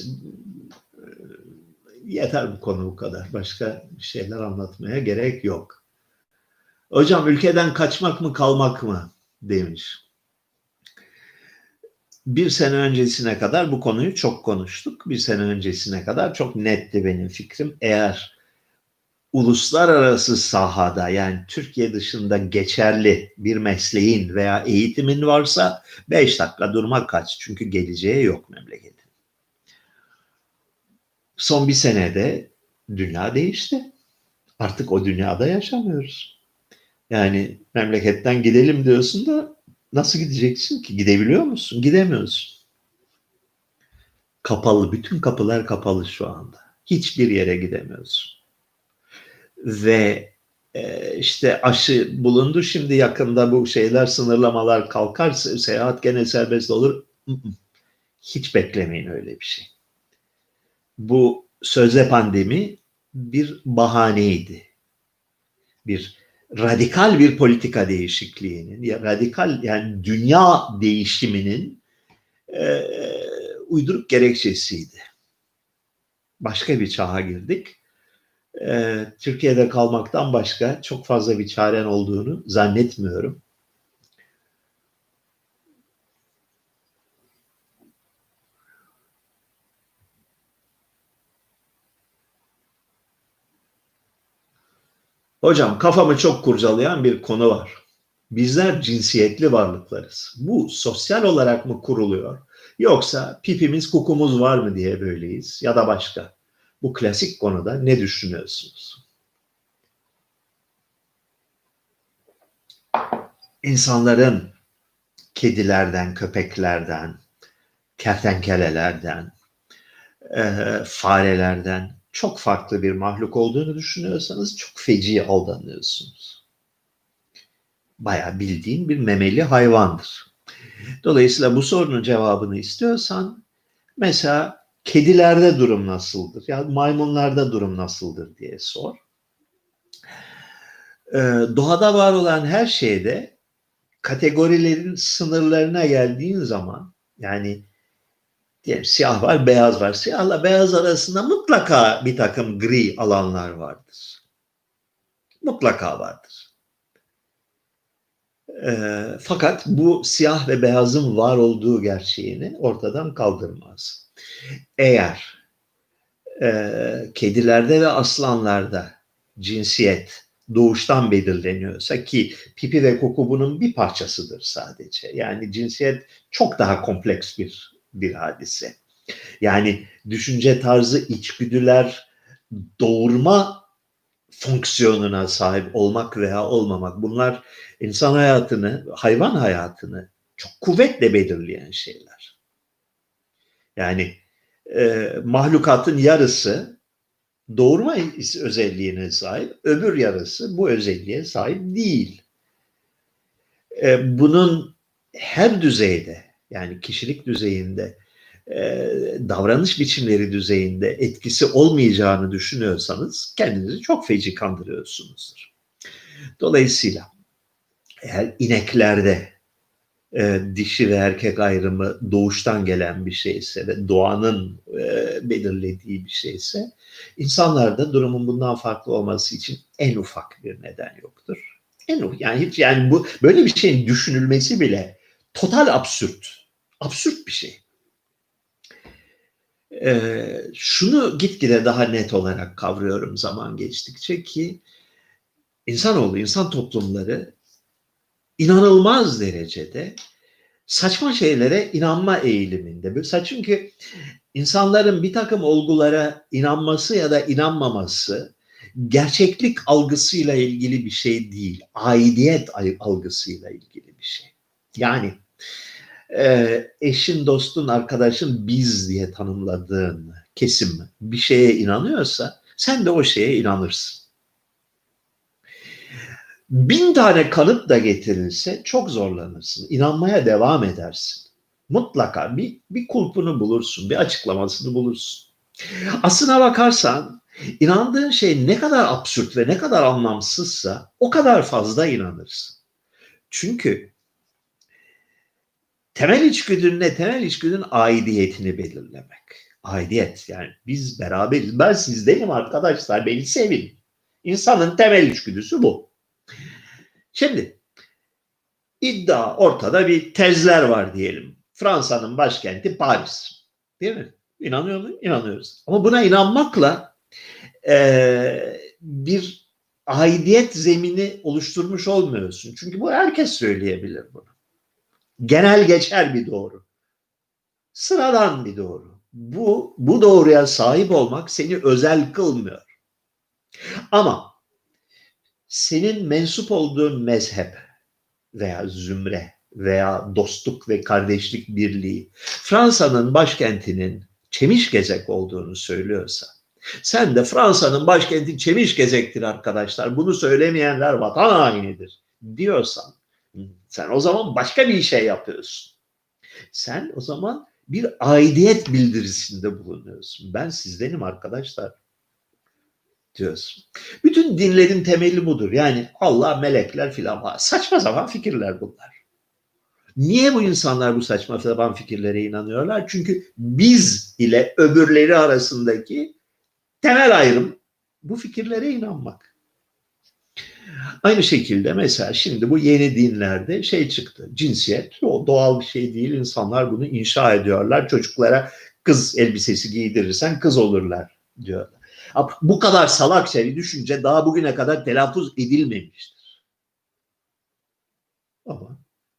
yeter bu konu bu kadar. Başka şeyler anlatmaya gerek yok. Hocam ülkeden kaçmak mı kalmak mı demiş. Bir sene öncesine kadar bu konuyu çok konuştuk. Bir sene öncesine kadar çok netti benim fikrim. Eğer uluslararası sahada yani Türkiye dışında geçerli bir mesleğin veya eğitimin varsa 5 dakika durmak kaç. Çünkü geleceği yok memleketin. Son bir senede dünya değişti. Artık o dünyada yaşamıyoruz. Yani memleketten gidelim diyorsun da nasıl gideceksin ki? Gidebiliyor musun? Gidemiyorsun. Kapalı. Bütün kapılar kapalı şu anda. Hiçbir yere gidemiyorsun. Ve işte aşı bulundu. Şimdi yakında bu şeyler, sınırlamalar kalkar. Seyahat gene serbest olur. Hiç beklemeyin öyle bir şey. Bu sözde pandemi bir bahaneydi. Bir radikal bir politika değişikliğinin, radikal yani dünya değişiminin uyduruk gerekçesiydi. Başka bir çağa girdik. Türkiye'de kalmaktan başka çok fazla bir çaren olduğunu zannetmiyorum. Hocam kafamı çok kurcalayan bir konu var. Bizler cinsiyetli varlıklarız. Bu sosyal olarak mı kuruluyor? Yoksa pipimiz kukumuz var mı diye böyleyiz ya da başka? Bu klasik konuda ne düşünüyorsunuz? İnsanların kedilerden, köpeklerden, kertenkelelerden, farelerden çok farklı bir mahluk olduğunu düşünüyorsanız çok feci aldanıyorsunuz. Bayağı bildiğin bir memeli hayvandır. Dolayısıyla bu sorunun cevabını istiyorsan mesela kedilerde durum nasıldır? Ya maymunlarda durum nasıldır diye sor. Doğada var olan her şeyde kategorilerin sınırlarına geldiğin zaman yani diyelim siyah var, beyaz var. Siyahla beyaz arasında mutlaka bir takım gri alanlar vardır. Mutlaka vardır. Fakat bu siyah ve beyazın var olduğu gerçeğini ortadan kaldırmaz. Eğer kedilerde ve aslanlarda cinsiyet doğuştan belirleniyorsa ki pipi ve koku bunun bir parçasıdır sadece. Yani cinsiyet çok daha kompleks bir hadise. Yani düşünce tarzı, içgüdüler, doğurma fonksiyonuna sahip olmak veya olmamak bunlar insan hayatını, hayvan hayatını çok kuvvetle belirleyen şeyler. Yani mahlukatın yarısı doğurma özelliğine sahip, öbür yarısı bu özelliğe sahip değil. Bunun her düzeyde yani kişilik düzeyinde davranış biçimleri düzeyinde etkisi olmayacağını düşünüyorsanız kendinizi çok feci kandırıyorsunuzdur. Dolayısıyla eğer ineklerde dişi ve erkek ayrımı doğuştan gelen bir şeyse ve doğanın belirlediği bir şeyse insanlarda durumun bundan farklı olması için en ufak bir neden yoktur. Yani hiç yani bu böyle bir şeyin düşünülmesi bile total absürt. Absürt bir şey. Şunu gitgide daha net olarak kavruyorum zaman geçtikçe ki insanoğlu, insan toplumları inanılmaz derecede saçma şeylere inanma eğiliminde. Çünkü insanların bir takım olgulara inanması ya da inanmaması gerçeklik algısıyla ilgili bir şey değil. Aidiyet algısıyla ilgili bir şey. Yani eşin, dostun, arkadaşın biz diye tanımladığın kesim bir şeye inanıyorsa sen de o şeye inanırsın. 1000 tane kanıt da getirilse çok zorlanırsın. İnanmaya devam edersin. Mutlaka bir kulpunu bulursun, bir açıklamasını bulursun. Aslına bakarsan inandığın şey ne kadar absürt ve ne kadar anlamsızsa o kadar fazla inanırsın. Çünkü temel içgüdünün ne? Temel içgüdünün aidiyetini belirlemek. Aidiyet yani biz beraberiz. Ben sizdenim arkadaşlar, beni sevin. İnsanın temel içgüdüsü bu. Şimdi iddia ortada, bir tezler var diyelim. Fransa'nın başkenti Paris. Değil mi? İnanıyor muyuz? İnanıyoruz. Ama buna inanmakla bir aidiyet zemini oluşturmuş olmuyorsun. Çünkü bu herkes söyleyebilir bunu. Genel geçer bir doğru. Sıradan bir doğru. Bu doğruya sahip olmak seni özel kılmıyor. Ama senin mensup olduğun mezhep veya zümre veya dostluk ve kardeşlik birliği Fransa'nın başkentinin Çemişgezek olduğunu söylüyorsa, sen de Fransa'nın başkenti Çemişgezek'tir arkadaşlar, bunu söylemeyenler vatan hainidir diyorsan, sen o zaman başka bir şey yapıyorsun. Sen o zaman bir aidiyet bildirisinde bulunuyorsun. Ben sizdenim arkadaşlar diyorsun. Bütün dinlerin temeli budur. Yani Allah, melekler filan. Saçma sapan fikirler bunlar. Niye bu insanlar bu saçma sapan fikirlere inanıyorlar? Çünkü biz ile öbürleri arasındaki temel ayrım bu fikirlere inanmak. Aynı şekilde mesela şimdi bu yeni dinlerde şey çıktı. Cinsiyet o doğal bir şey değil. İnsanlar bunu inşa ediyorlar. Çocuklara kız elbisesi giydirirsen kız olurlar diyorlar. Bu kadar salakça bir düşünce daha bugüne kadar telaffuz edilmemiştir. Ama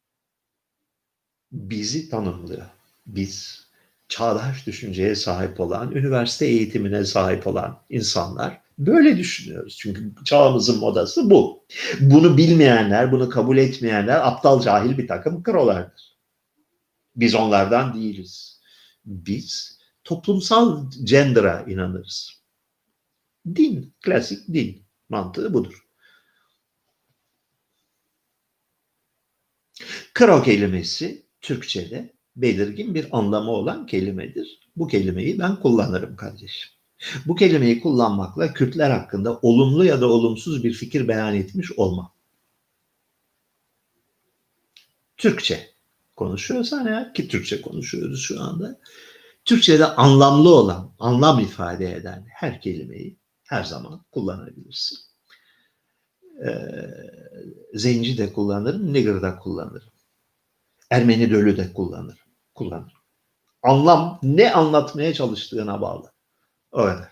bizi tanımlıyor. Biz çağdaş düşünceye sahip olan, üniversite eğitimine sahip olan insanlar böyle düşünüyoruz. Çünkü çağımızın modası bu. Bunu bilmeyenler, bunu kabul etmeyenler aptal cahil bir takım krolardır. Biz onlardan değiliz. Biz toplumsal gender'a inanırız. Din, klasik din mantığı budur. Kro kelimesi Türkçe'de belirgin bir anlamı olan kelimedir. Bu kelimeyi ben kullanırım kardeşim. Bu kelimeyi kullanmakla Kürtler hakkında olumlu ya da olumsuz bir fikir beyan etmiş olmam. Türkçe konuşuyorsan eğer, ki Türkçe konuşuyoruz şu anda, Türkçe'de anlamlı olan, anlam ifade eden her kelimeyi her zaman kullanabilirsin. Zenci de kullanırım, nigger da kullanırım. Ermeni dölü de kullanırım. Anlam ne anlatmaya çalıştığına bağlı. Öyle.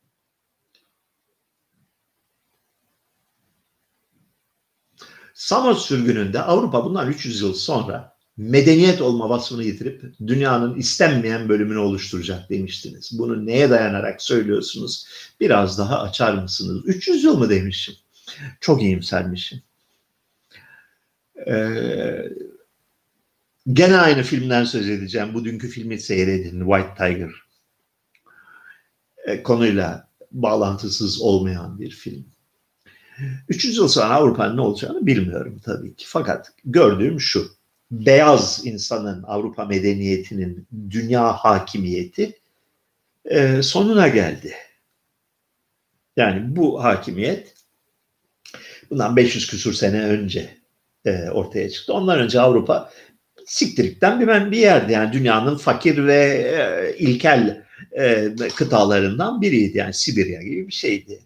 Samos sürgününde Avrupa bundan 300 yıl sonra medeniyet olma vasfını yitirip dünyanın istenmeyen bölümünü oluşturacak demiştiniz. Bunu neye dayanarak söylüyorsunuz? Biraz daha açar mısınız? 300 yıl mı demişim? Çok iyimsermişim. Gene aynı filmden söz edeceğim. Bu dünkü filmi seyredin. White Tiger. Konuyla bağlantısız olmayan bir film. 300 yıl sonra Avrupa'nın ne olacağını bilmiyorum tabii ki. Fakat gördüğüm şu. Beyaz insanın, Avrupa medeniyetinin dünya hakimiyeti sonuna geldi. Yani bu hakimiyet bundan 500 küsur sene önce ortaya çıktı. Ondan önce Avrupa siktirikten bir yerdi. Yani dünyanın fakir ve ilkel kıtalarından biriydi. Yani Sibirya gibi bir şeydi.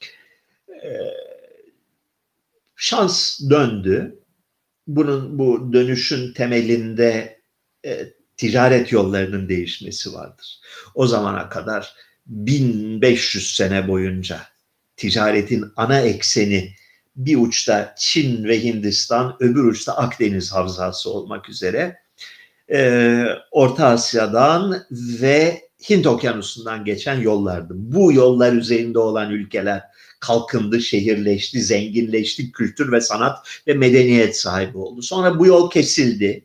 Şans döndü. Bu dönüşün temelinde ticaret yollarının değişmesi vardır. O zamana kadar 1500 sene boyunca ticaretin ana ekseni bir uçta Çin ve Hindistan, öbür uçta Akdeniz Havzası olmak üzere Orta Asya'dan ve Hint Okyanusu'ndan geçen yollardı. Bu yollar üzerinde olan ülkeler kalkındı, şehirleşti, zenginleşti, kültür ve sanat ve medeniyet sahibi oldu. Sonra bu yol kesildi.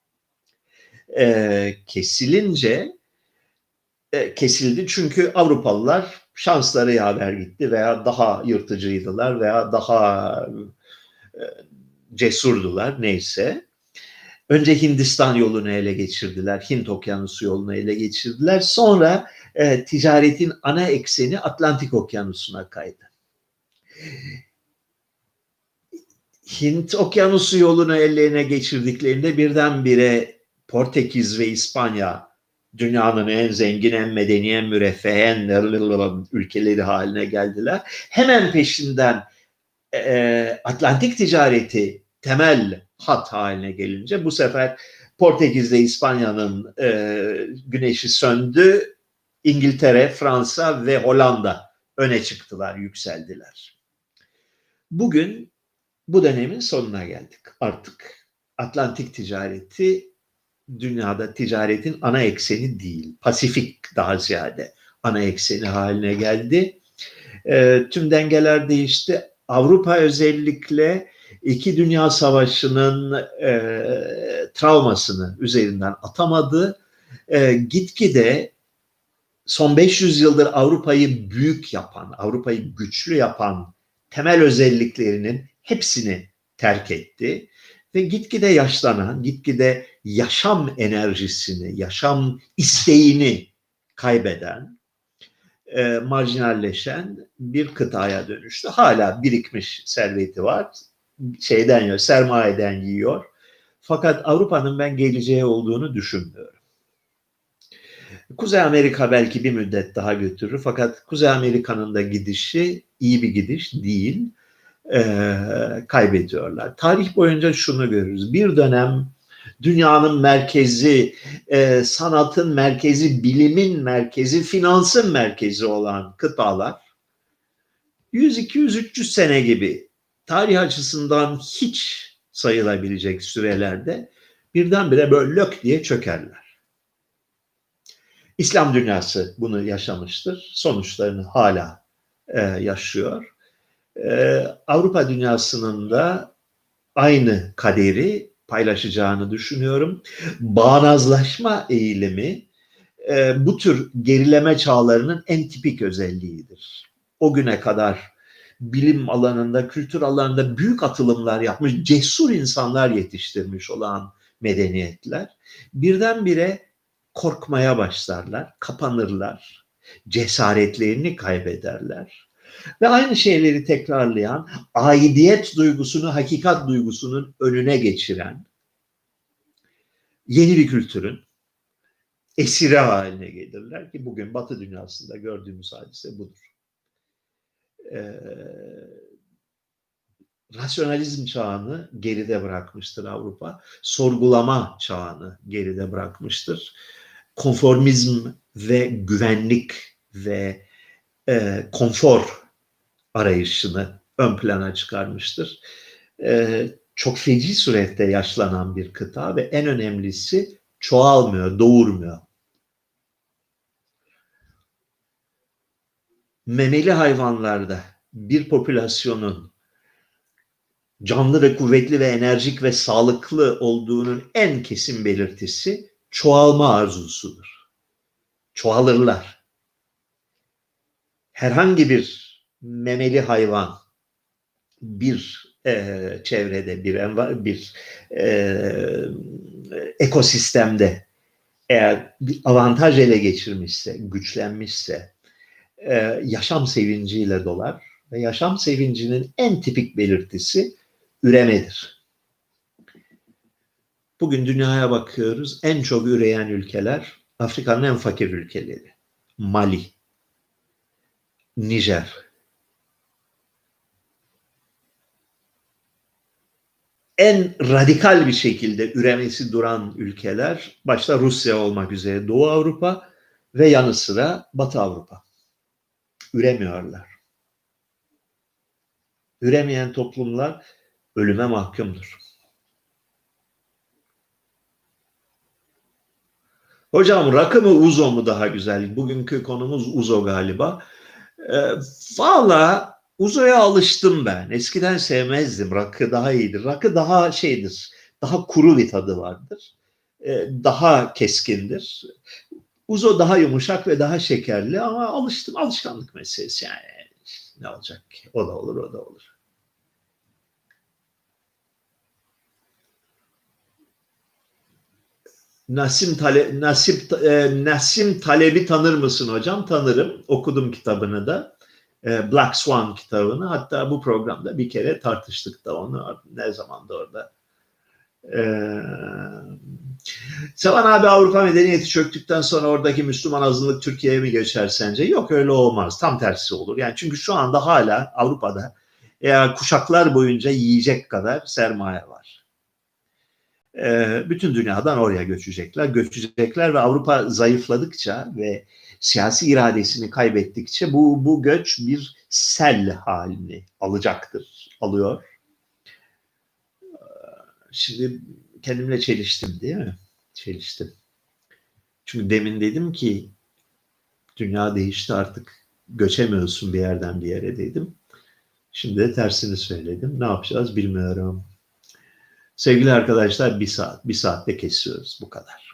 Kesilince kesildi çünkü Avrupalılar şansları yaver gitti veya daha yırtıcıydılar veya daha e, cesurdular neyse. Önce Hindistan yolunu ele geçirdiler, Hint Okyanusu yolunu ele geçirdiler. Sonra ticaretin ana ekseni Atlantik Okyanusu'na kaydı. Hint Okyanusu yolunu ellerine geçirdiklerinde birdenbire Portekiz ve İspanya dünyanın en zengin, en medeni, en müreffeh, en ülkeleri haline geldiler. Hemen peşinden Atlantik ticareti temel hat haline gelince bu sefer Portekiz'de İspanya'nın güneşi söndü. İngiltere, Fransa ve Hollanda öne çıktılar, yükseldiler. Bugün bu dönemin sonuna geldik. Artık Atlantik ticareti dünyada ticaretin ana ekseni değil. Pasifik daha ziyade ana ekseni haline geldi. Tüm dengeler değişti. Avrupa özellikle İki Dünya Savaşı'nın travmasını üzerinden atamadı. Gitgide son 500 yıldır Avrupa'yı büyük yapan, Avrupa'yı güçlü yapan temel özelliklerinin hepsini terk etti. Ve gitgide yaşlanan, gitgide yaşam enerjisini, yaşam isteğini kaybeden, marjinalleşen bir kıtaya dönüştü. Hala birikmiş serveti var. Şeyden yiyor, sermayeden yiyor. Fakat Avrupa'nın ben geleceği olduğunu düşünmüyorum. Kuzey Amerika belki bir müddet daha götürür. Fakat Kuzey Amerika'nın da gidişi iyi bir gidiş değil. Kaybediyorlar. Tarih boyunca şunu görürüz. Bir dönem dünyanın merkezi, sanatın merkezi, bilimin merkezi, finansın merkezi olan kıtalar 100, 200, 300 sene gibi tarih açısından hiç sayılabilecek sürelerde birdenbire böyle lök diye çökerler. İslam dünyası bunu yaşamıştır. Sonuçlarını hala yaşıyor. Avrupa dünyasının da aynı kaderi paylaşacağını düşünüyorum. Bağnazlaşma eğilimi bu tür gerileme çağlarının en tipik özelliğidir. O güne kadar bilim alanında, kültür alanında büyük atılımlar yapmış, cesur insanlar yetiştirmiş olan medeniyetler birdenbire korkmaya başlarlar, kapanırlar, cesaretlerini kaybederler. Ve aynı şeyleri tekrarlayan, aidiyet duygusunu, hakikat duygusunun önüne geçiren yeni bir kültürün esiri haline gelirler ki bugün Batı dünyasında gördüğümüz hadise budur. Rasyonalizm çağını geride bırakmıştır Avrupa. Sorgulama çağını geride bırakmıştır. Konformizm ve güvenlik ve konfor arayışını ön plana çıkarmıştır. Çok feci surette yaşlanan bir kıta ve en önemlisi çoğalmıyor, doğurmuyor. Memeli hayvanlarda bir popülasyonun canlı ve kuvvetli ve enerjik ve sağlıklı olduğunun en kesin belirtisi çoğalma arzusudur. Çoğalırlar. Herhangi bir memeli hayvan bir çevrede, bir ekosistemde eğer bir avantaj ele geçirmişse, güçlenmişse yaşam sevinciyle dolar ve yaşam sevincinin en tipik belirtisi üremedir. Bugün dünyaya bakıyoruz, en çok üreyen ülkeler Afrika'nın en fakir ülkeleri. Mali, Nijer, en radikal bir şekilde üremesi duran ülkeler, başta Rusya olmak üzere Doğu Avrupa ve yanı sıra Batı Avrupa. Üremiyorlar. Üremeyen toplumlar ölüme mahkumdur. Hocam rakı mı Uzo mu daha güzel? Bugünkü konumuz Uzo galiba. Valla Uzo'ya alıştım ben. Eskiden sevmezdim. Rakı daha iyidir. Rakı daha şeydir. Daha kuru bir tadı vardır. Daha keskindir. Uzo daha yumuşak ve daha şekerli ama alıştım. Alışkanlık meselesi yani. Ne olacak ki? O da olur, o da olur. Nasim Taleb'i tanır mısın hocam? Tanırım. Okudum kitabını da. Black Swan kitabını. Hatta bu programda bir kere tartıştık da onu. Ne zamandı orada? Ee, Sevan abi, Avrupa medeniyeti çöktükten sonra oradaki Müslüman azınlık Türkiye'ye mi geçer sence? Yok, öyle olmaz. Tam tersi olur. Yani çünkü şu anda hala Avrupa'da kuşaklar boyunca yiyecek kadar sermaye var. Bütün dünyadan oraya göçecekler ve Avrupa zayıfladıkça ve siyasi iradesini kaybettikçe bu göç bir sel halini alacaktır, alıyor. Şimdi kendimle çeliştim değil mi? Çeliştim. Çünkü demin dedim ki dünya değişti, artık göçemiyorsun bir yerden bir yere dedim. Şimdi de tersini söyledim. Ne yapacağız bilmiyorum. Sevgili arkadaşlar, bir saatte kesiyoruz, bu kadar.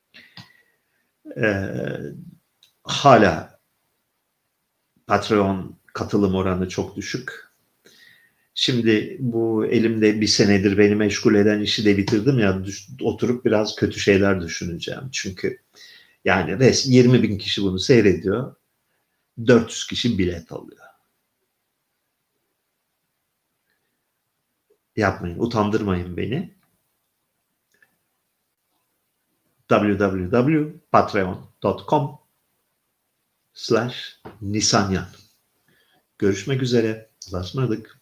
Hala Patreon katılım oranı çok düşük. Şimdi bu elimde bir senedir beni meşgul eden işi de bitirdim ya, oturup biraz kötü şeyler düşüneceğim. Çünkü yani 20 bin kişi bunu seyrediyor. 400 kişi bilet alıyor. Yapmayın, utandırmayın beni. www.patreon.com/Nisanyan. Görüşmek üzere. Ulaşmadık.